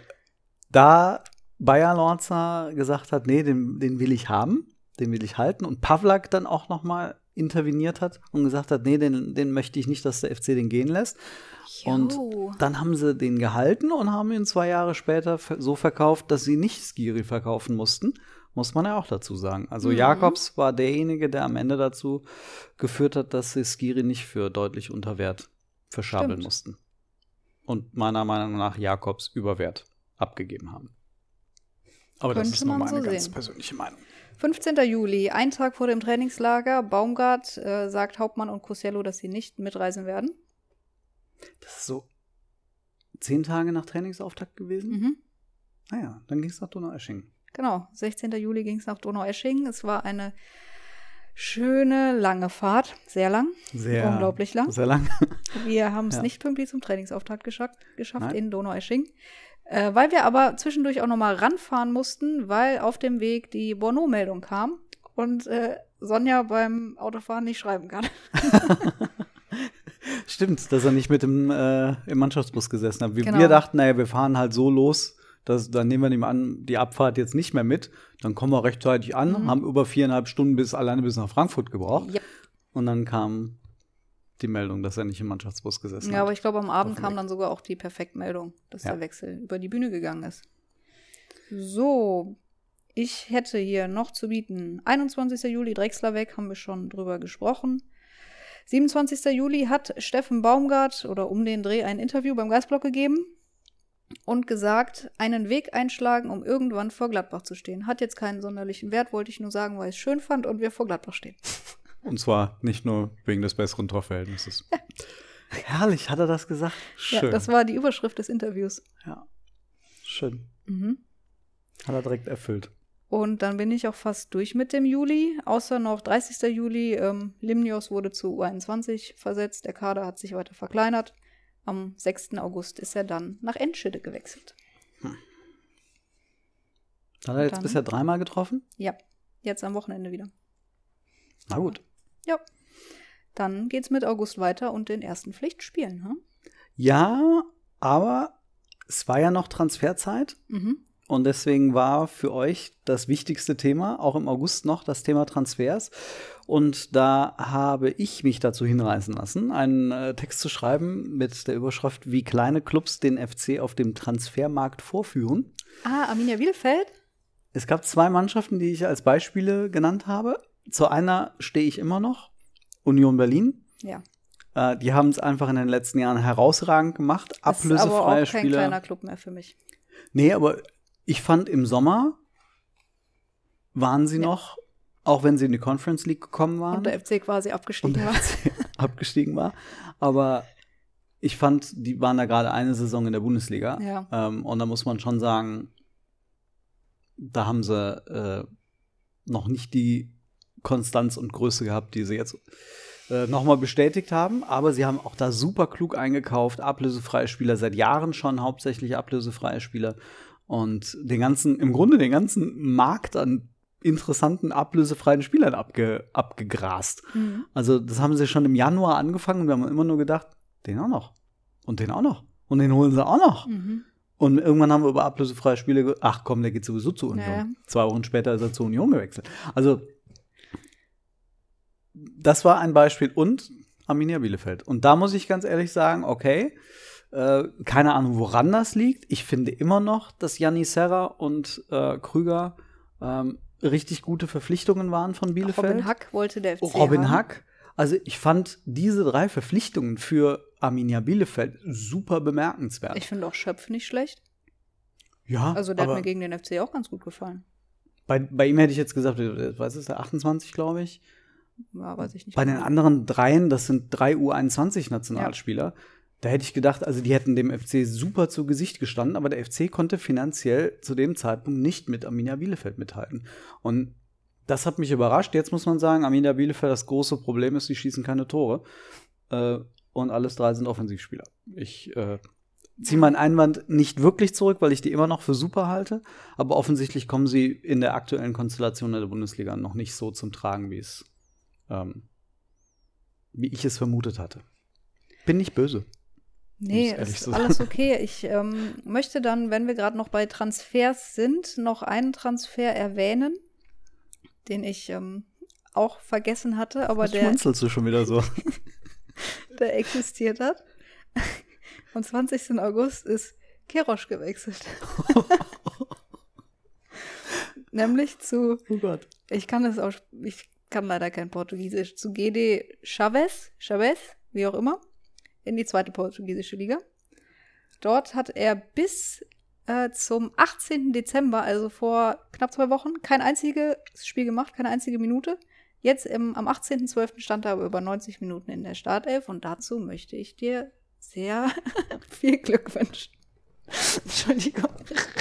da Bayer Lorzer gesagt hat, nee, den, den will ich haben, den will ich halten. Und Pavlak dann auch noch mal interveniert hat und gesagt hat, nee, den, den möchte ich nicht, dass der F C den gehen lässt. Und Jo. dann haben sie den gehalten und haben ihn zwei Jahre später so verkauft, dass sie nicht Skiri verkaufen mussten. Muss man ja auch dazu sagen. Also Mhm. Jakobs war derjenige, der am Ende dazu geführt hat, dass sie Skiri nicht für deutlich unter Wert verschabeln Stimmt. mussten. Und meiner Meinung nach Jakobs über Wert abgegeben haben. Aber das Könnte ist nur man meine so ganz sehen. persönliche Meinung. fünfzehnter Juli, ein Tag vor dem Trainingslager. Baumgart äh, sagt Hauptmann und Costello, dass sie nicht mitreisen werden. Das ist so zehn Tage nach Trainingsauftakt gewesen. Mhm. Naja, dann ging es nach Donaueschingen. Genau, sechzehnter Juli ging es nach Donaueschingen. Es war eine schöne, lange Fahrt. Sehr lang. Sehr, Unglaublich lang. Sehr lang. Wir haben es Ja. nicht pünktlich zum Trainingsauftakt geschafft, geschafft Nein. in Donaueschingen. Äh, weil wir aber zwischendurch auch nochmal ranfahren mussten, weil auf dem Weg die Bono-Meldung kam und äh, Sonja beim Autofahren nicht schreiben kann. Stimmt, dass er nicht mit dem, äh, im Mannschaftsbus gesessen hat. Wir, Genau. wir dachten, naja, wir fahren halt so los, dass, dann nehmen wir dem an, die Abfahrt jetzt nicht mehr mit. Dann kommen wir rechtzeitig an, Mhm. haben über viereinhalb Stunden bis alleine bis nach Frankfurt gebraucht. Yep. Und dann kam die Meldung, dass er nicht im Mannschaftsbus gesessen Ja, aber hat. ich glaube, am Abend Auf dem kam Weg. dann sogar auch die Perfektmeldung, dass Ja. der Wechsel über die Bühne gegangen ist. So, ich hätte hier noch zu bieten. einundzwanzigster Juli, Drexler weg, haben wir schon drüber gesprochen. siebenundzwanzigster Juli hat Steffen Baumgart oder um den Dreh ein Interview beim Geistblock gegeben und gesagt, einen Weg einschlagen, um irgendwann vor Gladbach zu stehen. Hat jetzt keinen sonderlichen Wert, wollte ich nur sagen, weil ich es schön fand und wir vor Gladbach stehen. Und zwar nicht nur wegen des besseren Torverhältnisses. Herrlich, hat er das gesagt? Schön. Ja, das war die Überschrift des Interviews. Ja. Schön. Mhm. Hat er direkt erfüllt. Und dann bin ich auch fast durch mit dem Juli, außer noch dreißigster Juli. Ähm, Limnios wurde zu U einundzwanzig versetzt, der Kader hat sich weiter verkleinert. Am sechsten August ist er dann nach Enschede gewechselt. Hat er jetzt Dann- bisher dreimal getroffen? Ja, jetzt am Wochenende wieder. Na gut. Ja. Dann geht's mit August weiter und den ersten Pflichtspielen. Hm? Ja, aber es war ja noch Transferzeit. Mhm. Und deswegen war für euch das wichtigste Thema, auch im August noch, das Thema Transfers. Und da habe ich mich dazu hinreißen lassen, einen äh, Text zu schreiben mit der Überschrift, wie kleine Clubs den F C auf dem Transfermarkt vorführen. Ah, Arminia Bielefeld? es gab zwei Mannschaften, die ich als Beispiele genannt habe. Zu einer stehe ich immer noch, Union Berlin. Ja. Äh, die haben es einfach in den letzten Jahren herausragend gemacht. Das ist Ablösefreie aber auch kein Spieler. kleiner Club mehr für mich. Nee, aber ich fand im Sommer waren sie Ja. noch, auch wenn sie in die Conference League gekommen waren. Und der F C quasi abgestiegen und der war. F C abgestiegen war. Aber ich fand, die waren da gerade eine Saison in der Bundesliga. Ja. Ähm, und da muss man schon sagen, da haben sie äh, noch nicht die Konstanz und Größe gehabt, die sie jetzt äh, nochmal bestätigt haben. Aber sie haben auch da super klug eingekauft, ablösefreie Spieler, seit Jahren schon hauptsächlich ablösefreie Spieler. Und den ganzen, im Grunde den ganzen Markt an interessanten ablösefreien Spielern abge, abgegrast. Mhm. Also das haben sie schon im Januar angefangen und wir haben immer nur gedacht, den auch noch und den auch noch und den holen sie auch noch. Mhm. Und irgendwann haben wir über ablösefreie Spiele ge- ach komm, der geht sowieso zur Union. Ja. Zwei Wochen später ist er zur Union gewechselt. Also das war ein Beispiel und Arminia Bielefeld. Und da muss ich ganz ehrlich sagen, okay, äh, keine Ahnung, woran das liegt. Ich finde immer noch, dass Janni Serra und äh, Krüger ähm, richtig gute Verpflichtungen waren von Bielefeld. Robin Hack wollte der F C Robin haben. Hack. Also ich fand diese drei Verpflichtungen für Arminia Bielefeld super bemerkenswert. Ich finde auch Schöpf nicht schlecht. ja, Also der aber hat mir gegen den F C auch ganz gut gefallen. bei, bei ihm hätte ich jetzt gesagt, was ist der, achtundzwanzig, glaube ich. Ja, weiß ich nicht. Bei den genau. anderen dreien, das sind drei U einundzwanzig-Nationalspieler, da hätte ich gedacht, also die hätten dem F C super zu Gesicht gestanden, aber der F C konnte finanziell zu dem Zeitpunkt nicht mit Arminia Bielefeld mithalten. Und das hat mich überrascht. Jetzt muss man sagen, Arminia Bielefeld, das große Problem ist, die schießen keine Tore. Äh, und alles drei sind Offensivspieler. Ich äh, ziehe meinen Einwand nicht wirklich zurück, weil ich die immer noch für super halte. Aber offensichtlich kommen sie in der aktuellen Konstellation in der Bundesliga noch nicht so zum Tragen, wie es ähm, wie ich es vermutet hatte. Bin nicht böse. Nee, muss ehrlich ist so alles okay. Ich ähm, möchte dann, wenn wir gerade noch bei Transfers sind, noch einen Transfer erwähnen, den ich ähm, auch vergessen hatte, aber Was der, schmunzelst du schon wieder so? der existiert hat. Am zwanzigsten August ist Kerosch gewechselt. Nämlich zu, Oh Gott. ich kann das auch, ich kann leider kein Portugiesisch, zu G D Chaves, Chaves, wie auch immer, in die zweite portugiesische Liga. Dort hat er bis äh, zum achtzehnten Dezember, also vor knapp zwei Wochen, kein einziges Spiel gemacht, keine einzige Minute. Jetzt im, am achtzehnten zwölften stand er aber über neunzig Minuten in der Startelf und dazu möchte ich dir sehr viel Glück wünschen. Entschuldigung.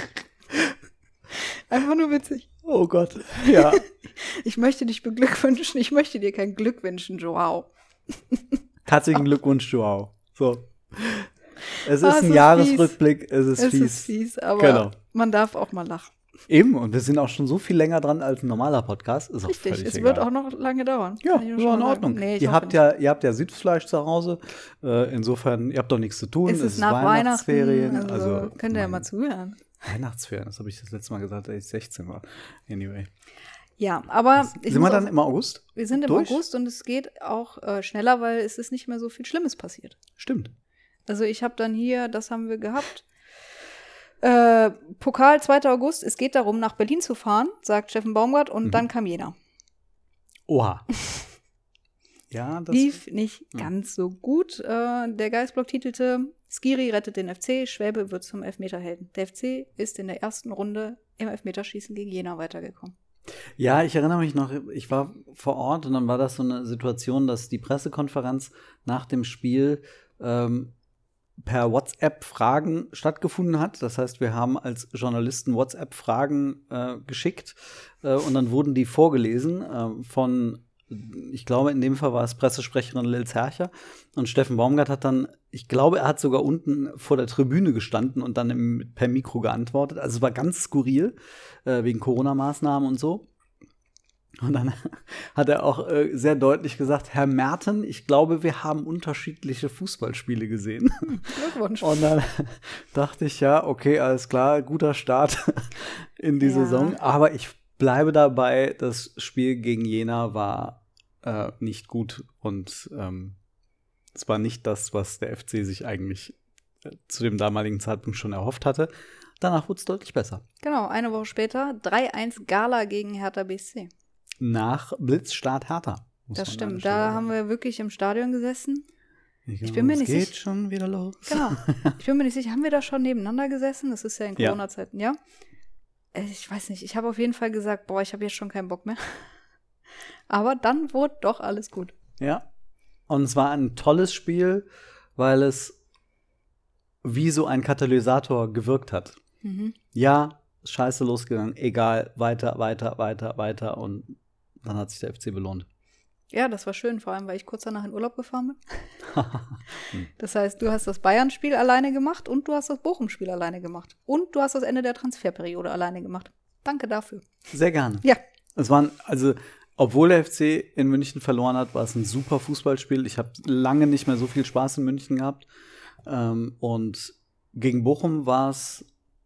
Einfach nur witzig. Oh Gott. Ja. Ich möchte dich beglückwünschen. Ich möchte dir kein Glück wünschen, Joao. Herzlichen Glückwunsch, Joao. So. Es ist Ah, es ein ist Jahresrückblick, es ist Es fies. ist fies, aber Genau. man darf auch mal lachen. Eben, und wir sind auch schon so viel länger dran als ein normaler Podcast. Ist auch Richtig, völlig es egal. wird auch noch lange dauern. Ja, Kann ich nur war schon in mal Ordnung. sagen. Nee, ich ihr, hoffe habt ja, ihr habt ja Sitzfleisch zu Hause. Äh, insofern, ihr habt doch nichts zu tun. nicht. Es ist nach Weihnachtsferien. Weihnachten, also, Also, könnt ihr ja mein- mal zuhören. Weihnachtsferien, das habe ich das letzte Mal gesagt, als ich sechzehn war. Anyway. Ja, aber ich Sind muss wir dann auch- im August? wir sind im durch? August und es geht auch äh, schneller, weil es ist nicht mehr so viel Schlimmes passiert. Stimmt. Also ich habe dann hier, das haben wir gehabt, äh, Pokal zweiter August, es geht darum, nach Berlin zu fahren, sagt Steffen Baumgart, und Mhm. dann kam Jena. Oha. Ja, das Lief nicht ja. ganz so gut. Äh, der Geistblock titelte, Skiri rettet den F C, Schwäbe wird zum Elfmeterhelden. Der F C ist in der ersten Runde im Elfmeterschießen gegen Jena weitergekommen. Ja, ich erinnere mich noch, ich war vor Ort und dann war das so eine Situation, dass die Pressekonferenz nach dem Spiel ähm, per WhatsApp-Fragen stattgefunden hat. Das heißt, wir haben als Journalisten WhatsApp-Fragen äh, geschickt äh, und dann wurden die vorgelesen äh, von, ich glaube, in dem Fall war es Pressesprecherin Lil Zercher, und Steffen Baumgart hat dann, ich glaube, er hat sogar unten vor der Tribüne gestanden und dann im, per Mikro geantwortet. Also es war ganz skurril, äh, wegen Corona-Maßnahmen und so. Und dann hat er auch äh, sehr deutlich gesagt, Herr Merten, ich glaube, wir haben unterschiedliche Fußballspiele gesehen. Glückwunsch. Und dann dachte ich, ja, okay, alles klar, guter Start in die Ja. Saison. Aber ich bleibe dabei, das Spiel gegen Jena war äh, nicht gut. Und ähm, es war nicht das, was der F C sich eigentlich zu dem damaligen Zeitpunkt schon erhofft hatte. Danach wurde es deutlich besser. Genau, eine Woche später drei eins Gala gegen Hertha B S C. Nach Blitzstart Hertha. Das stimmt, da haben wir wirklich im Stadion gesessen. Ich, ich bin mir nicht sicher. Es geht sich- schon wieder los. Genau. Ich bin mir nicht sicher, haben wir da schon nebeneinander gesessen? Das ist ja in Ja. Corona-Zeiten, ja? Äh, Ich weiß nicht, ich habe auf jeden Fall gesagt, boah, ich habe jetzt schon keinen Bock mehr. Aber dann wurde doch alles gut. Ja. Und es war ein tolles Spiel, weil es wie so ein Katalysator gewirkt hat. Mhm. Ja, scheiße losgegangen, egal, weiter, weiter, weiter, weiter und dann hat sich der F C belohnt. Ja, das war schön, vor allem, weil ich kurz danach in Urlaub gefahren bin. Das heißt, du hast das Bayern-Spiel alleine gemacht und du hast das Bochum-Spiel alleine gemacht. Und du hast das Ende der Transferperiode alleine gemacht. Danke dafür. Sehr gerne. Ja. Es waren, also, obwohl der F C in München verloren hat, war es ein super Fußballspiel. Ich habe lange nicht mehr so viel Spaß in München gehabt. Ähm, und gegen Bochum war es,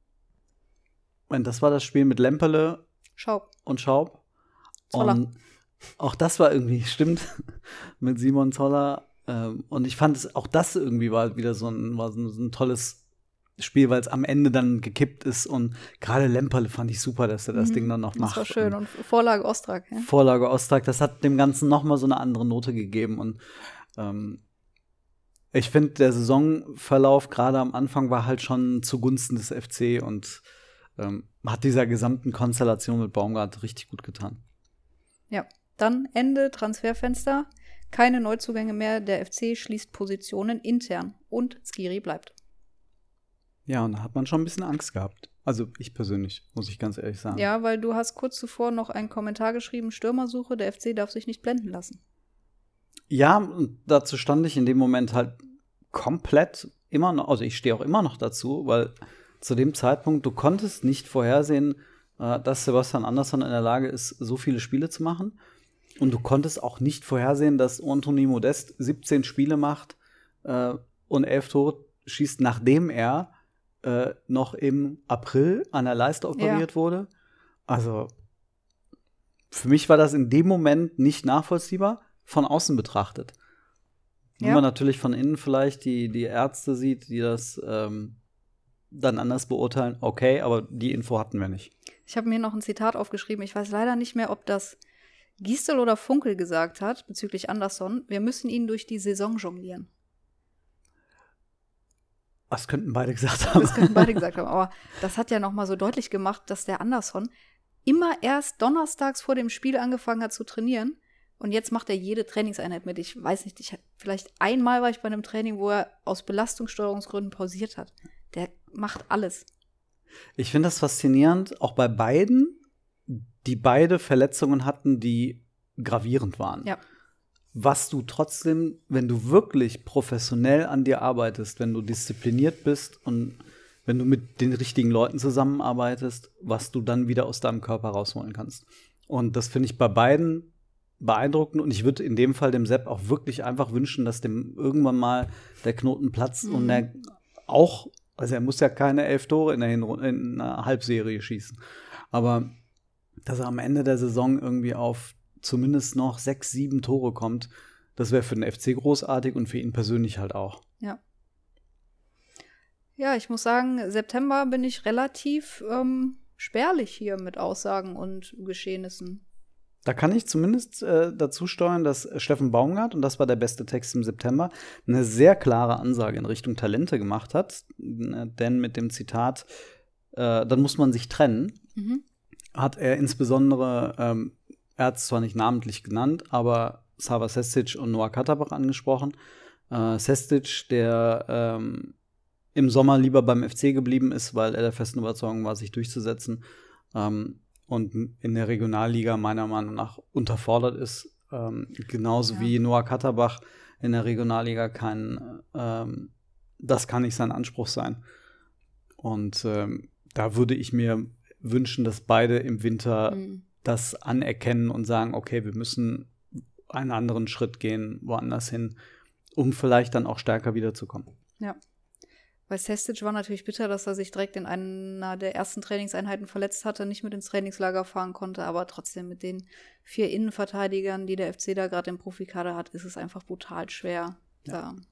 und das war das Spiel mit Lemperle Schau. und Schaub. Zoller. Und auch das war irgendwie, stimmt, mit Simon Zoller. Ähm, und ich fand es, auch das irgendwie war wieder so ein, war so ein, so ein tolles Spiel, weil es am Ende dann gekippt ist. Und gerade Lemperle fand ich super, dass er das Mhm. Ding dann noch macht. Das war schön. Und Und Vorlage Ostrak. Ja? Vorlage Ostrak, das hat dem Ganzen noch mal so eine andere Note gegeben. Und ähm, ich finde, der Saisonverlauf gerade am Anfang war halt schon zugunsten des F C und ähm, hat dieser gesamten Konstellation mit Baumgart richtig gut getan. Ja. Dann Ende Transferfenster. Keine Neuzugänge mehr. Der F C schließt Positionen intern. Und Skiri bleibt. Ja, und da hat man schon ein bisschen Angst gehabt. Also ich persönlich, muss ich ganz ehrlich sagen. Ja, weil du hast kurz zuvor noch einen Kommentar geschrieben, Stürmersuche, der F C darf sich nicht blenden lassen. Ja, und dazu stand ich in dem Moment halt komplett immer noch, also ich stehe auch immer noch dazu, weil zu dem Zeitpunkt, du konntest nicht vorhersehen, äh, dass Sebastian Andersson in der Lage ist, so viele Spiele zu machen. Und du konntest auch nicht vorhersehen, dass Anthony Modest siebzehn Spiele macht äh, und elf Tore schießt, nachdem er äh, noch im April an der Leiste operiert Ja. wurde. Also für mich war das in dem Moment nicht nachvollziehbar, von außen betrachtet. Wenn Ja. man natürlich von innen vielleicht die, die Ärzte sieht, die das ähm, dann anders beurteilen, okay, aber die Info hatten wir nicht. Ich habe mir noch ein Zitat aufgeschrieben. Ich weiß leider nicht mehr, ob das Gisdol oder Funkel gesagt hat, bezüglich Andersson. Wir müssen ihn durch die Saison jonglieren. Das könnten beide gesagt haben. Das könnten beide gesagt haben. Aber das hat ja noch mal so deutlich gemacht, dass der Andersson immer erst donnerstags vor dem Spiel angefangen hat zu trainieren. Und jetzt macht er jede Trainingseinheit mit. Ich weiß nicht, ich, vielleicht einmal war ich bei einem Training, wo er aus Belastungssteuerungsgründen pausiert hat. Der macht alles. Ich finde das faszinierend, auch bei beiden, die beide Verletzungen hatten, die gravierend waren. Ja. Was du trotzdem, wenn du wirklich professionell an dir arbeitest, wenn du diszipliniert bist und wenn du mit den richtigen Leuten zusammenarbeitest, was du dann wieder aus deinem Körper rausholen kannst. Und das finde ich bei beiden beeindruckend. Und ich würde in dem Fall dem Sepp auch wirklich einfach wünschen, dass dem irgendwann mal der Knoten platzt Mhm. und er auch, also er muss ja keine elf Tore in der Hinrunde, in einer Halbserie schießen. Aber dass er am Ende der Saison irgendwie auf zumindest noch sechs, sieben Tore kommt, das wäre für den F C großartig und für ihn persönlich halt auch. Ja. Ja, ich muss sagen, September bin ich relativ ähm, spärlich hier mit Aussagen und Geschehnissen. Da kann ich zumindest äh, dazu steuern, dass Steffen Baumgart, und das war der beste Text im September, eine sehr klare Ansage in Richtung Talente gemacht hat. Äh, denn mit dem Zitat, äh, dann muss man sich trennen, Mhm. hat er insbesondere, ähm, er hat es zwar nicht namentlich genannt, aber Sava Sestic und Noah Katterbach angesprochen. Äh, Sestic, der ähm, im Sommer lieber beim F C geblieben ist, weil er der festen Überzeugung war, sich durchzusetzen. Ähm, und in der Regionalliga meiner Meinung nach unterfordert ist. Ähm, genauso Ja. wie Noah Katterbach in der Regionalliga kein, ähm, das kann nicht sein Anspruch sein. Und ähm, da würde ich mir wünschen, dass beide im Winter Mhm. das anerkennen und sagen, okay, wir müssen einen anderen Schritt gehen, woanders hin, um vielleicht dann auch stärker wiederzukommen. Ja. Bei Sestic war natürlich bitter, dass er sich direkt in einer der ersten Trainingseinheiten verletzt hatte, nicht mit ins Trainingslager fahren konnte, aber trotzdem mit den vier Innenverteidigern, die der F C da gerade im Profikader hat, ist es einfach brutal schwer, Ja. da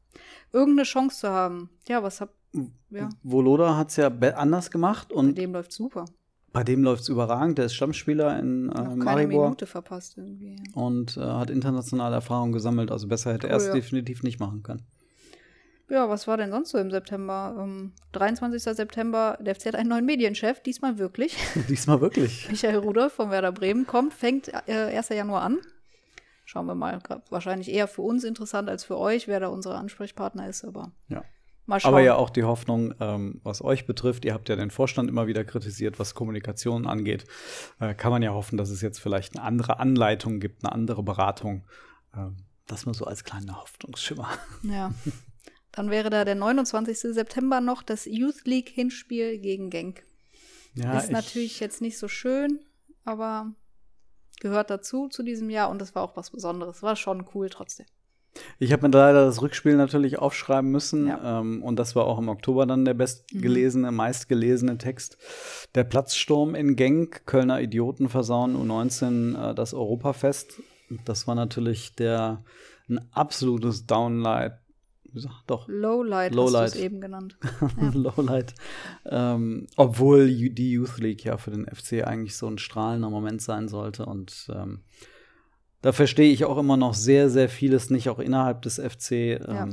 irgendeine Chance zu haben. Ja, was hab, ja. Voloda hat es ja be- anders gemacht Bei und dem läuft super. bei dem läuft es überragend. Der ist Stammspieler in äh, Noch keine Maribor Minute verpasst irgendwie. Ja. und äh, hat internationale Erfahrung gesammelt. Also besser hätte Cool, er es ja. definitiv nicht machen können. Ja, was war denn sonst so im September? Um, dreiundzwanzigster September, der F C hat einen neuen Medienchef, diesmal wirklich. Diesmal wirklich. Michael Rudolph von Werder Bremen kommt, fängt äh, erster Januar an. Schauen wir mal, wahrscheinlich eher für uns interessant als für euch, wer da unsere Ansprechpartner ist, aber Ja. mal schauen. Aber ja auch die Hoffnung, ähm, was euch betrifft, ihr habt ja den Vorstand immer wieder kritisiert, was Kommunikation angeht, äh, kann man ja hoffen, dass es jetzt vielleicht eine andere Anleitung gibt, eine andere Beratung. Ähm, das nur so als kleiner Hoffnungsschimmer. Ja. Dann wäre da der neunundzwanzigster September noch das Youth League Hinspiel gegen Genk. Ja, ist ich, natürlich jetzt nicht so schön, aber gehört dazu zu diesem Jahr und das war auch was Besonderes. War schon cool trotzdem. Ich habe mir leider das Rückspiel natürlich aufschreiben müssen. Ja. Ähm, und das war auch im Oktober dann der bestgelesene, mhm. meistgelesene Text. Der Platzsturm in Genk, Kölner Idioten versauen U neunzehn äh, das Europafest. Das war natürlich der ein absolutes Downlight. Doch. Lowlight, Lowlight. hast du es eben genannt. Ja. Lowlight. Ähm, obwohl die Youth League ja für den F C eigentlich so ein strahlender Moment sein sollte. Und ähm, da verstehe ich auch immer noch sehr, sehr vieles nicht, auch innerhalb des F C. Ähm, Ja.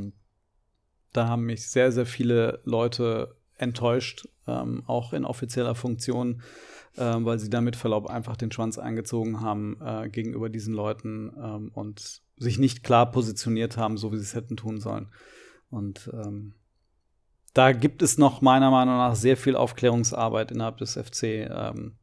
Da haben mich sehr, sehr viele Leute enttäuscht, ähm, auch in offizieller Funktion, ähm, weil sie da mit Verlaub einfach den Schwanz eingezogen haben äh, gegenüber diesen Leuten ähm, und sich nicht klar positioniert haben, so wie sie es hätten tun sollen. Und ähm, da gibt es noch meiner Meinung nach sehr viel Aufklärungsarbeit innerhalb des F C. Ähm,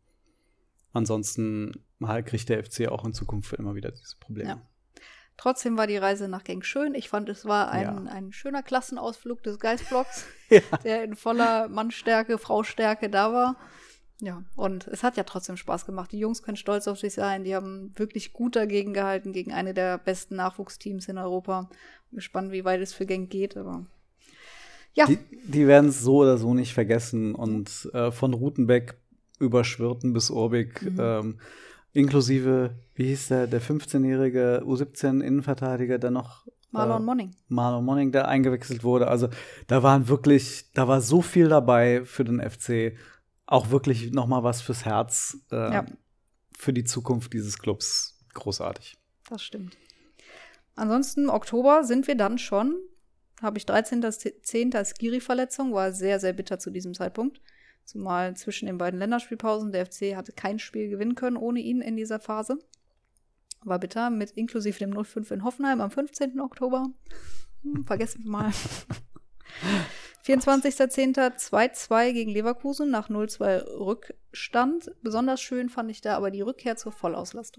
ansonsten halt kriegt der F C auch in Zukunft immer wieder diese Probleme. Ja. Trotzdem war die Reise nach Genk schön. Ich fand, es war ein, Ja. ein schöner Klassenausflug des Geistblocks, Ja. der in voller Mannstärke, Fraustärke da war. Ja, und es hat ja trotzdem Spaß gemacht. Die Jungs können stolz auf sich sein. Die haben wirklich gut dagegen gehalten, gegen eine der besten Nachwuchsteams in Europa. Bin gespannt, wie weit es für Genk geht, aber ja. Die, die werden es so oder so nicht vergessen. Und äh, von Rutenbeck über Schwirten bis Urbik, Mhm. ähm, inklusive, wie hieß der, der fünfzehnjährige U siebzehn Innenverteidiger, der noch Marlon äh, Monning. Marlon Monning, der eingewechselt wurde. Also da waren wirklich, da war so viel dabei für den F C. Auch wirklich noch mal was fürs Herz, äh, Ja. für die Zukunft dieses Clubs. Großartig. Das stimmt. Ansonsten, Oktober sind wir dann schon, habe ich dreizehnter zehnter Skiri-Verletzung, war sehr, sehr bitter zu diesem Zeitpunkt. Zumal zwischen den beiden Länderspielpausen, der F C hatte kein Spiel gewinnen können ohne ihn in dieser Phase. War bitter, mit inklusive dem null fünf in Hoffenheim am fünfzehnten Oktober. Hm, vergessen wir mal. vierundzwanzigster zehnter zwei zwei gegen Leverkusen nach null zwei Rückstand. Besonders schön fand ich da aber die Rückkehr zur Vollauslastung.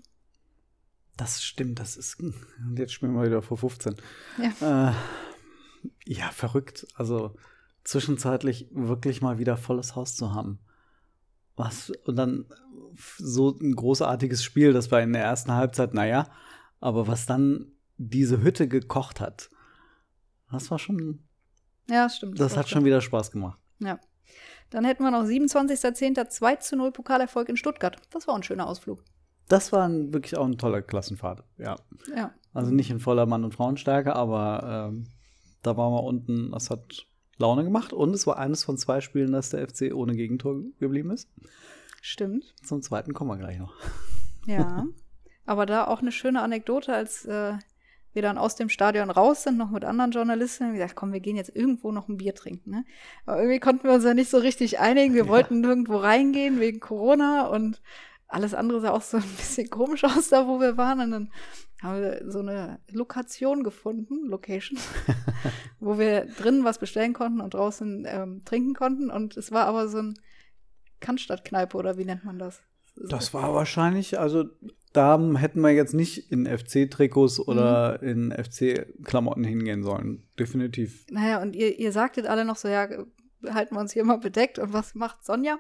Das stimmt, das ist. Und jetzt spielen wir wieder vor fünfzehn. Ja. Äh, ja, verrückt. Also zwischenzeitlich wirklich mal wieder volles Haus zu haben. Was, und dann so ein großartiges Spiel, das war in der ersten Halbzeit, naja, aber was dann diese Hütte gekocht hat, das war schon. Ja, stimmt. Das hat schon wieder Spaß gemacht. Ja. Dann hätten wir noch siebenundzwanzigster zehnter zwei zu null Pokalerfolg in Stuttgart. Das war ein schöner Ausflug. Das war ein, wirklich auch ein toller Klassenfahrt, ja. Ja. Also nicht in voller Mann- und Frauenstärke, aber ähm, da waren wir unten, das hat Laune gemacht. Und es war eines von zwei Spielen, dass der F C ohne Gegentor geblieben ist. Stimmt. Zum zweiten kommen wir gleich noch. Ja. Aber da auch eine schöne Anekdote, als äh, wir dann aus dem Stadion raus sind, noch mit anderen Journalisten, haben wir gesagt, komm, wir gehen jetzt irgendwo noch ein Bier trinken. Ne? Aber irgendwie konnten wir uns ja nicht so richtig einigen. Wir Ja. wollten nirgendwo reingehen wegen Corona und alles andere sah auch so ein bisschen komisch aus, da wo wir waren. Und dann haben wir so eine Lokation gefunden, Location, wo wir drinnen was bestellen konnten und draußen ähm, trinken konnten. Und es war aber so ein Cannstatt-Kneipe, oder wie nennt man das? Das war wahrscheinlich, also da hätten wir jetzt nicht in F C-Trikots oder mhm. in F C-Klamotten hingehen sollen. Definitiv. Naja, und ihr, ihr sagtet alle noch so, ja, halten wir uns hier mal bedeckt. Und was macht Sonja?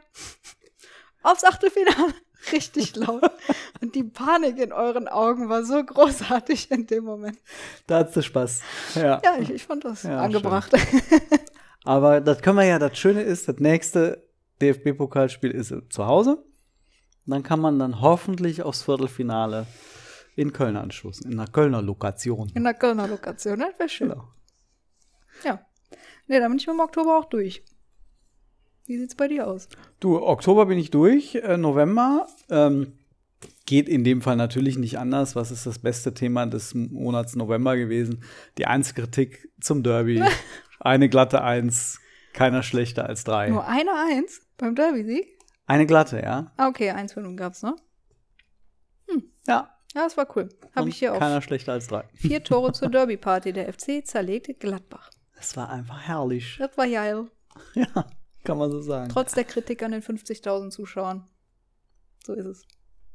Aufs Achtelfinale. Richtig laut. Und die Panik in euren Augen war so großartig in dem Moment. Da hat's Spaß. Ja, ja ich, ich fand das ja, angebracht. Aber das können wir ja, das Schöne ist, das nächste D F B-Pokalspiel ist zu Hause. Dann kann man dann hoffentlich aufs Viertelfinale in Köln anstoßen, in einer Kölner Lokation. In der Kölner Lokation, das wäre schön. Genau. Ja. Nee, dann bin ich mit dem Oktober auch durch. Wie sieht's bei dir aus? Du, Oktober bin ich durch, äh, November ähm, geht in dem Fall natürlich nicht anders. Was ist das beste Thema des Monats November gewesen? Die Einzelkritik zum Derby. Eine glatte Eins, keiner schlechter als drei. Nur eine Eins beim Derby-Sieg? Eine glatte, ja. Ah, okay, eins Fünf gab's, ne? Ja. Ja, das war cool. Habe Und ich hier keiner auch. schlechter als drei. Vier Tore zur Derby-Party. Der F C zerlegte Gladbach. Das war einfach herrlich. Das war geil. Ja, kann man so sagen. Trotz der Kritik an den fünfzigtausend Zuschauern. So ist es.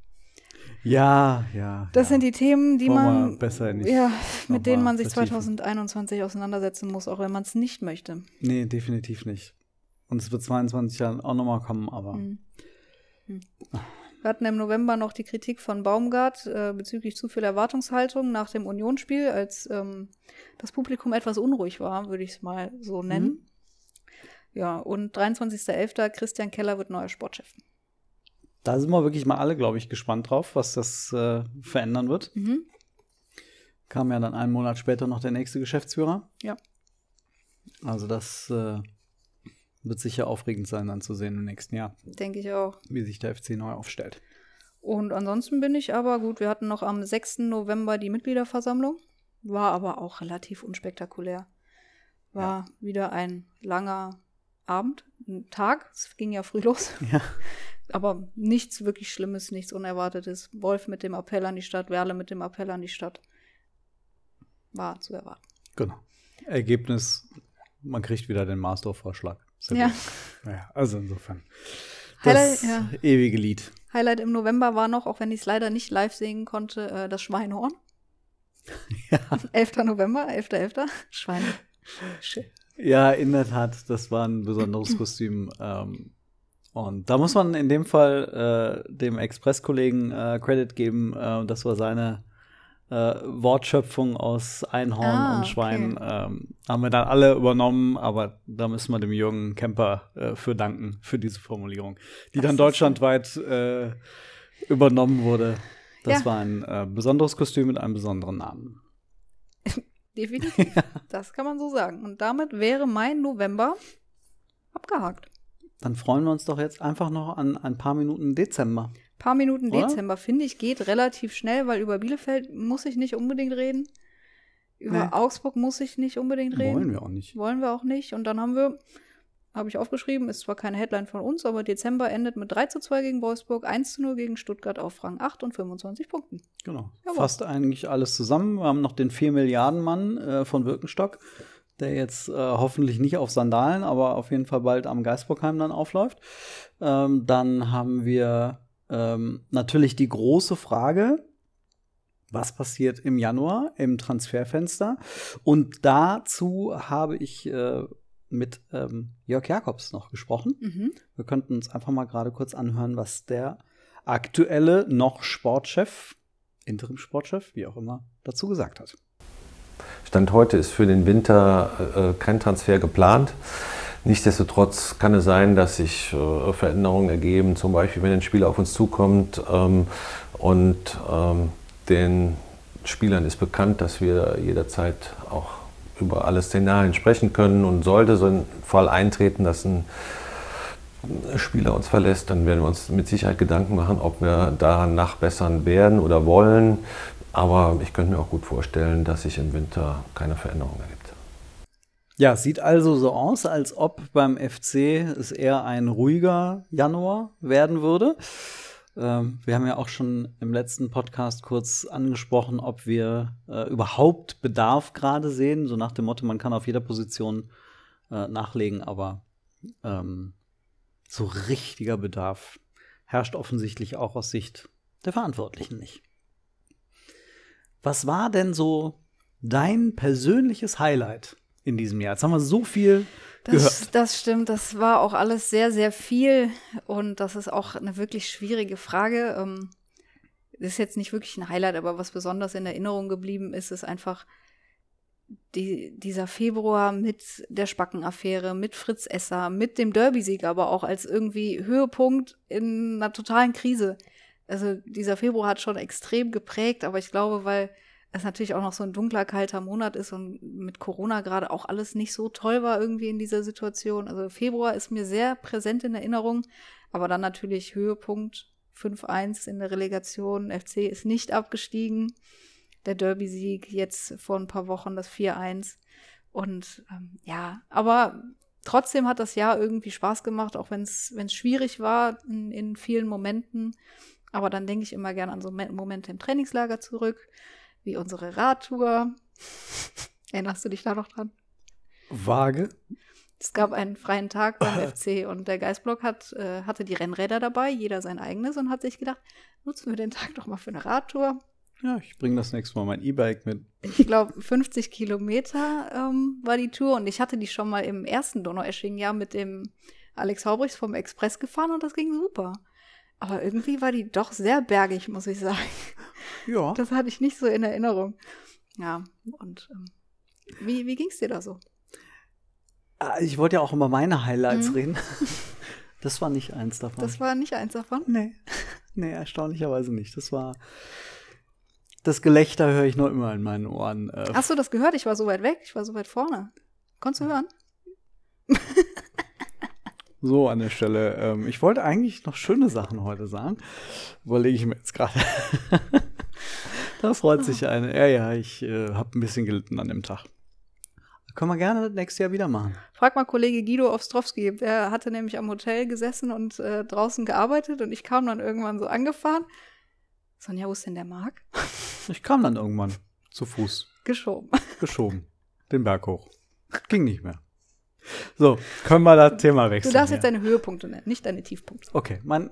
Ja, ja. Das ja. sind die Themen, die Wollen wir man, besser nicht ja, nochmal mit denen man sich vertiefen. zwanzig einundzwanzig auseinandersetzen muss, auch wenn man es nicht möchte. Nee, definitiv nicht. Und es wird zweiundzwanzig Jahren auch nochmal kommen, aber Mhm. Mhm. Wir hatten im November noch die Kritik von Baumgart äh, bezüglich zu viel Erwartungshaltung nach dem Unionsspiel, als ähm, das Publikum etwas unruhig war, würde ich es mal so nennen. Mhm. Ja, und dreiundzwanzigster elfter Christian Keller wird neuer Sportchef. da sind wir wirklich mal alle, glaube ich, gespannt drauf, was das äh, verändern wird. Mhm. Kam ja dann einen Monat später noch der nächste Geschäftsführer. Ja. Also das äh, wird sicher aufregend sein, dann zu sehen im nächsten Jahr, Denke ich auch. wie sich der F C neu aufstellt. Und ansonsten bin ich aber, gut, wir hatten noch am sechsten November die Mitgliederversammlung, war aber auch relativ unspektakulär. War wieder ein langer Abend, ein Tag, es ging ja früh los. Ja. Aber nichts wirklich Schlimmes, nichts Unerwartetes. Wolf mit dem Appell an die Stadt, Werle mit dem Appell an die Stadt. War zu erwarten. Genau. Ergebnis, man kriegt wieder den Marsdorf-Vorschlag. Sehr Ja. gut. Naja, also insofern. Highlight, Das ja. ewige Lied. Highlight im November war noch, auch wenn ich es leider nicht live sehen konnte, äh, das Schweinhorn. Ja. elfter November, elfter elfter Schweine. Shit. Ja, in der Tat, das war ein besonderes Kostüm. Ähm, und da muss man in dem Fall äh, dem Express-Kollegen äh, Credit geben. Äh, das war seine äh, Wortschöpfung aus Einhorn Ah, und Schwein. Ähm, haben wir dann alle übernommen, aber da müssen wir dem Jürgen Kemper äh, für danken, für diese Formulierung, die Das dann ist deutschlandweit äh, übernommen wurde. Das Ja. war ein äh, besonderes Kostüm mit einem besonderen Namen. Definitiv. Das kann man so sagen. Und damit wäre mein November abgehakt. Dann freuen wir uns doch jetzt einfach noch an ein paar Minuten Dezember. Ein paar Minuten Oder? Dezember, finde ich, geht relativ schnell, weil über Bielefeld muss ich nicht unbedingt reden. Über Nee. Augsburg muss ich nicht unbedingt reden. Wollen wir auch nicht. Wollen wir auch nicht. Und dann haben wir, habe ich aufgeschrieben, ist zwar keine Headline von uns, aber Dezember endet mit drei zu zwei gegen Wolfsburg, eins zu null gegen Stuttgart auf Rang acht und fünfundzwanzig Punkten. Genau. Jawohl. Fast eigentlich alles zusammen. Wir haben noch den vier Milliarden Mann äh, von Birkenstock, der jetzt äh, hoffentlich nicht auf Sandalen, aber auf jeden Fall bald am Geisbockheim dann aufläuft. Ähm, dann haben wir ähm, natürlich die große Frage, was passiert im Januar im Transferfenster? Und dazu habe ich äh, mit ähm, Jörg Jakobs noch gesprochen. Mhm. Wir könnten uns einfach mal gerade kurz anhören, was der aktuelle noch Sportchef, Interim-Sportchef, wie auch immer, dazu gesagt hat. Stand heute ist für den Winter äh, kein Transfer geplant. Nichtsdestotrotz kann es sein, dass sich äh, Veränderungen ergeben, zum Beispiel wenn ein Spieler auf uns zukommt ähm, und ähm, den Spielern ist bekannt, dass wir jederzeit auch über alle Szenarien sprechen können, und sollte so ein Fall eintreten, dass ein Spieler uns verlässt, dann werden wir uns mit Sicherheit Gedanken machen, ob wir daran nachbessern werden oder wollen. Aber ich könnte mir auch gut vorstellen, dass sich im Winter keine Veränderung ergibt. Ja, sieht also so aus, als ob beim F C es eher ein ruhiger Januar werden würde. Ähm, wir haben ja auch schon im letzten Podcast kurz angesprochen, ob wir äh, überhaupt Bedarf gerade sehen. So nach dem Motto, man kann auf jeder Position äh, nachlegen, aber ähm, so richtiger Bedarf herrscht offensichtlich auch aus Sicht der Verantwortlichen nicht. Was war denn so dein persönliches Highlight in diesem Jahr? Jetzt haben wir so viel gehört. Das, das stimmt, das war auch alles sehr, sehr viel, und das ist auch eine wirklich schwierige Frage. Ähm, das ist jetzt nicht wirklich ein Highlight, aber was besonders in Erinnerung geblieben ist, ist einfach die, dieser Februar mit der Spacken-Affäre, mit Fritz Esser, mit dem Derby-Sieg, aber auch als irgendwie Höhepunkt in einer totalen Krise. Also dieser Februar hat schon extrem geprägt, aber ich glaube, weil es natürlich auch noch so ein dunkler, kalter Monat ist und mit Corona gerade auch alles nicht so toll war irgendwie in dieser Situation. Also Februar ist mir sehr präsent in Erinnerung, aber dann natürlich Höhepunkt fünf eins in der Relegation. F C ist nicht abgestiegen. Der Derby-Sieg jetzt vor ein paar Wochen, das vier eins. Und ähm, ja, aber trotzdem hat das Jahr irgendwie Spaß gemacht, auch wenn es schwierig war in, in vielen Momenten. Aber dann denke ich immer gerne an so Momente im Trainingslager zurück, wie unsere Radtour. Erinnerst du dich da noch dran? Vage. Es gab einen freien Tag beim F C und der Geistblock hat, äh, hatte die Rennräder dabei, jeder sein eigenes, und hat sich gedacht, nutzen wir den Tag doch mal für eine Radtour. Ja, ich bringe das nächste Mal mein E-Bike mit. Ich glaube, fünfzig Kilometer ähm, war die Tour und ich hatte die schon mal im ersten Donaueschingen-Jahr mit dem Alex Haubrichs vom Express gefahren und das ging super. Aber irgendwie war die doch sehr bergig, muss ich sagen. Ja. Das hatte ich nicht so in Erinnerung. Ja, und ähm, wie, wie ging es dir da so? Ich wollte ja auch über meine Highlights Mhm. reden. Das war nicht eins davon. Das war nicht eins davon? Nee. Nee, erstaunlicherweise nicht. Das war. Das Gelächter höre ich noch immer in meinen Ohren. Äh, Hast du das gehört? Ich war so weit weg, ich war so weit vorne. Konntest du hören? So an der Stelle. Ähm, ich wollte eigentlich noch schöne Sachen heute sagen. Überlege ich mir jetzt gerade. Da freut sich eine. Ja, ja, ich äh, habe ein bisschen gelitten an dem Tag. Können wir gerne das nächste Jahr wieder machen. Frag mal Kollege Guido Ostrowski. Der hatte nämlich am Hotel gesessen und äh, draußen gearbeitet und ich kam dann irgendwann so angefahren. Sonja, wo ist denn der Marc? Ich kam dann irgendwann zu Fuß Geschoben. geschoben. Den Berg hoch. Ging nicht mehr. So, können wir das Thema wechseln. Du darfst hier. jetzt deine Höhepunkte nennen, nicht deine Tiefpunkte. Okay, mein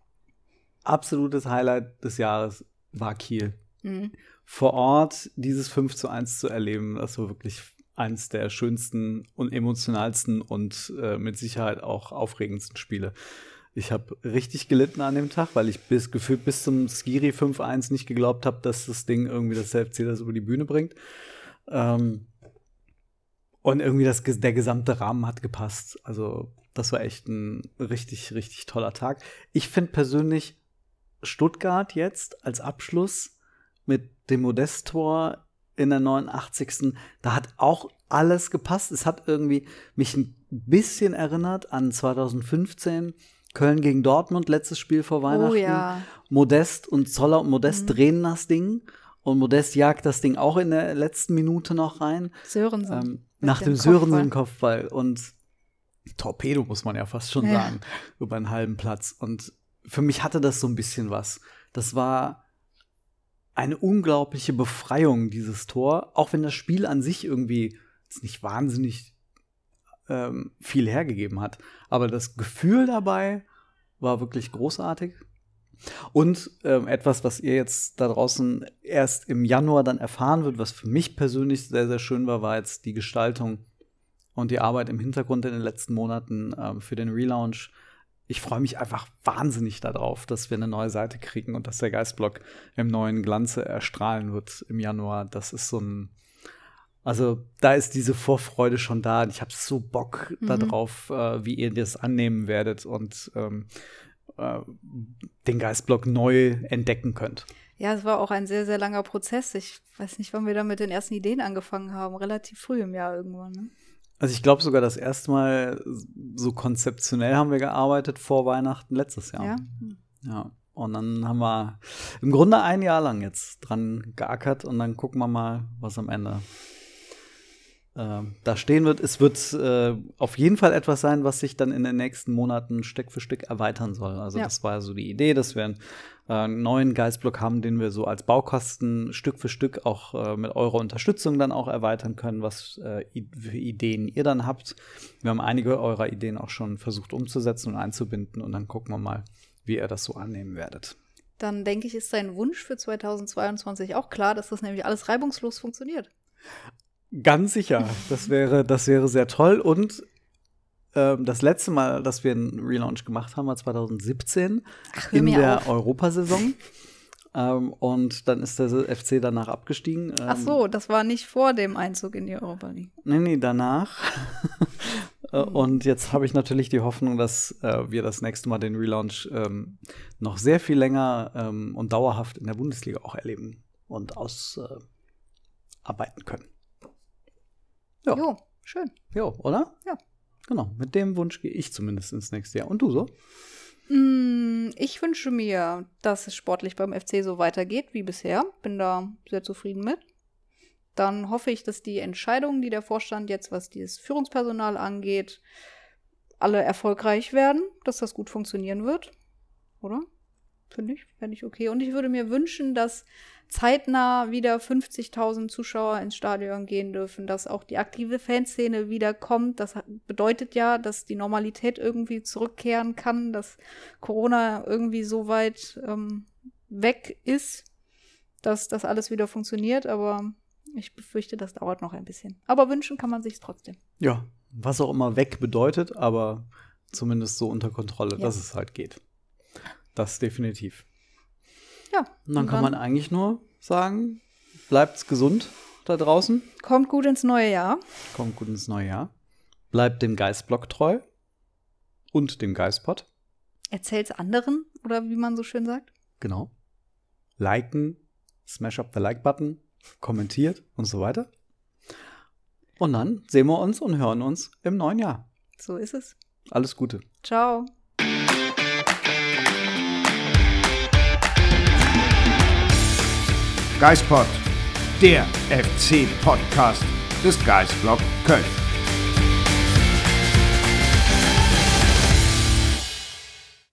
absolutes Highlight des Jahres war Kiel. Mhm. Vor Ort dieses fünf zu eins zu erleben, das war wirklich eins der schönsten und emotionalsten und äh, mit Sicherheit auch aufregendsten Spiele. Ich habe richtig gelitten an dem Tag, weil ich bis gefühlt bis zum Skiri fünf eins nicht geglaubt habe, dass das Ding irgendwie das F C das über die Bühne bringt. Ähm, und irgendwie das, der gesamte Rahmen hat gepasst. Also das war echt ein richtig, richtig toller Tag. Ich finde persönlich Stuttgart jetzt als Abschluss mit dem Modest-Tor in der neunundachtzigsten Da hat auch alles gepasst. Es hat irgendwie mich ein bisschen erinnert an zwanzig fünfzehn, Köln gegen Dortmund, letztes Spiel vor Weihnachten. Oh ja. Modest und Zoller und Modest Mhm. drehen das Ding. Und Modest jagt das Ding auch in der letzten Minute noch rein. Sörensen. Ähm, nach dem dem Sörensen-Kopfball. Und Torpedo, muss man ja fast schon Ja. sagen, über einen halben Platz. Und für mich hatte das so ein bisschen was. Das war eine unglaubliche Befreiung, dieses Tor. Auch wenn das Spiel an sich irgendwie jetzt nicht wahnsinnig ähm, viel hergegeben hat. Aber das Gefühl dabei war wirklich großartig. Und ähm, etwas, was ihr jetzt da draußen erst im Januar dann erfahren wird, was für mich persönlich sehr, sehr schön war, war jetzt die Gestaltung und die Arbeit im Hintergrund in den letzten Monaten ähm, für den Relaunch. Ich freue mich einfach wahnsinnig darauf, dass wir eine neue Seite kriegen und dass der Geistblock im neuen Glanze erstrahlen wird im Januar. Das ist so ein, also da ist diese Vorfreude schon da. Ich habe so Bock Mhm. darauf, äh, wie ihr das annehmen werdet und ähm, äh, den Geistblock neu entdecken könnt. Ja, es war auch ein sehr, sehr langer Prozess. Ich weiß nicht, wann wir da mit den ersten Ideen angefangen haben. Relativ früh im Jahr irgendwann. Ne? Also ich glaube sogar das erste Mal so konzeptionell haben wir gearbeitet vor Weihnachten letztes Jahr. Ja. Ja. Und dann haben wir im Grunde ein Jahr lang jetzt dran geackert und dann gucken wir mal, was am Ende äh, da stehen wird. Es wird äh, auf jeden Fall etwas sein, was sich dann in den nächsten Monaten Stück für Stück erweitern soll. Also Ja. das war so die Idee, dass wir einen äh, neuen Geistblock haben, den wir so als Baukasten Stück für Stück auch äh, mit eurer Unterstützung dann auch erweitern können, was äh, i- für Ideen ihr dann habt. Wir haben einige eurer Ideen auch schon versucht umzusetzen und einzubinden und dann gucken wir mal, wie ihr das so annehmen werdet. Dann denke ich, ist dein Wunsch für zweitausendzweiundzwanzig auch klar, dass das nämlich alles reibungslos funktioniert. Ganz sicher. Das wäre, das wäre sehr toll. Und ähm, das letzte Mal, dass wir einen Relaunch gemacht haben, war zwanzig siebzehn Ach, hör in mir der auf. Europasaison. ähm, und dann ist der F C danach abgestiegen. Ähm, Ach so, das war nicht vor dem Einzug in die Europa League. Nee, nee, danach. Äh, Und jetzt habe ich natürlich die Hoffnung, dass äh, wir das nächste Mal den Relaunch ähm, noch sehr viel länger ähm, und dauerhaft in der Bundesliga auch erleben und aus, äh, arbeiten können. Ja. Jo, schön. Jo, oder? Ja. Genau, mit dem Wunsch gehe ich zumindest ins nächste Jahr. Und du so? Mm, Ich wünsche mir, dass es sportlich beim F C so weitergeht wie bisher. Bin da sehr zufrieden mit. Dann hoffe ich, dass die Entscheidungen, die der Vorstand jetzt, was dieses Führungspersonal angeht, alle erfolgreich werden, dass das gut funktionieren wird. Oder? Finde ich, fände ich okay. Und ich würde mir wünschen, dass zeitnah wieder fünfzigtausend Zuschauer ins Stadion gehen dürfen, dass auch die aktive Fanszene wieder kommt. Das bedeutet ja, dass die Normalität irgendwie zurückkehren kann, dass Corona irgendwie so weit ähm, weg ist, dass das alles wieder funktioniert. Aber ich befürchte, das dauert noch ein bisschen. Aber wünschen kann man sich trotzdem. Ja, was auch immer weg bedeutet, aber zumindest so unter Kontrolle, Ja. dass es halt geht. Das definitiv. Ja. Und dann kann man eigentlich nur sagen, bleibt's gesund da draußen. Kommt gut ins neue Jahr. Kommt gut ins neue Jahr. Bleibt dem Geistblock treu. Und dem Geistpod. Erzählt's anderen, oder wie man so schön sagt. Genau. Liken, smash up the Like-Button, kommentiert und so weiter. Und dann sehen wir uns und hören uns im neuen Jahr. So ist es. Alles Gute. Ciao. Geispod, der F C-Podcast des Geistblog Köln.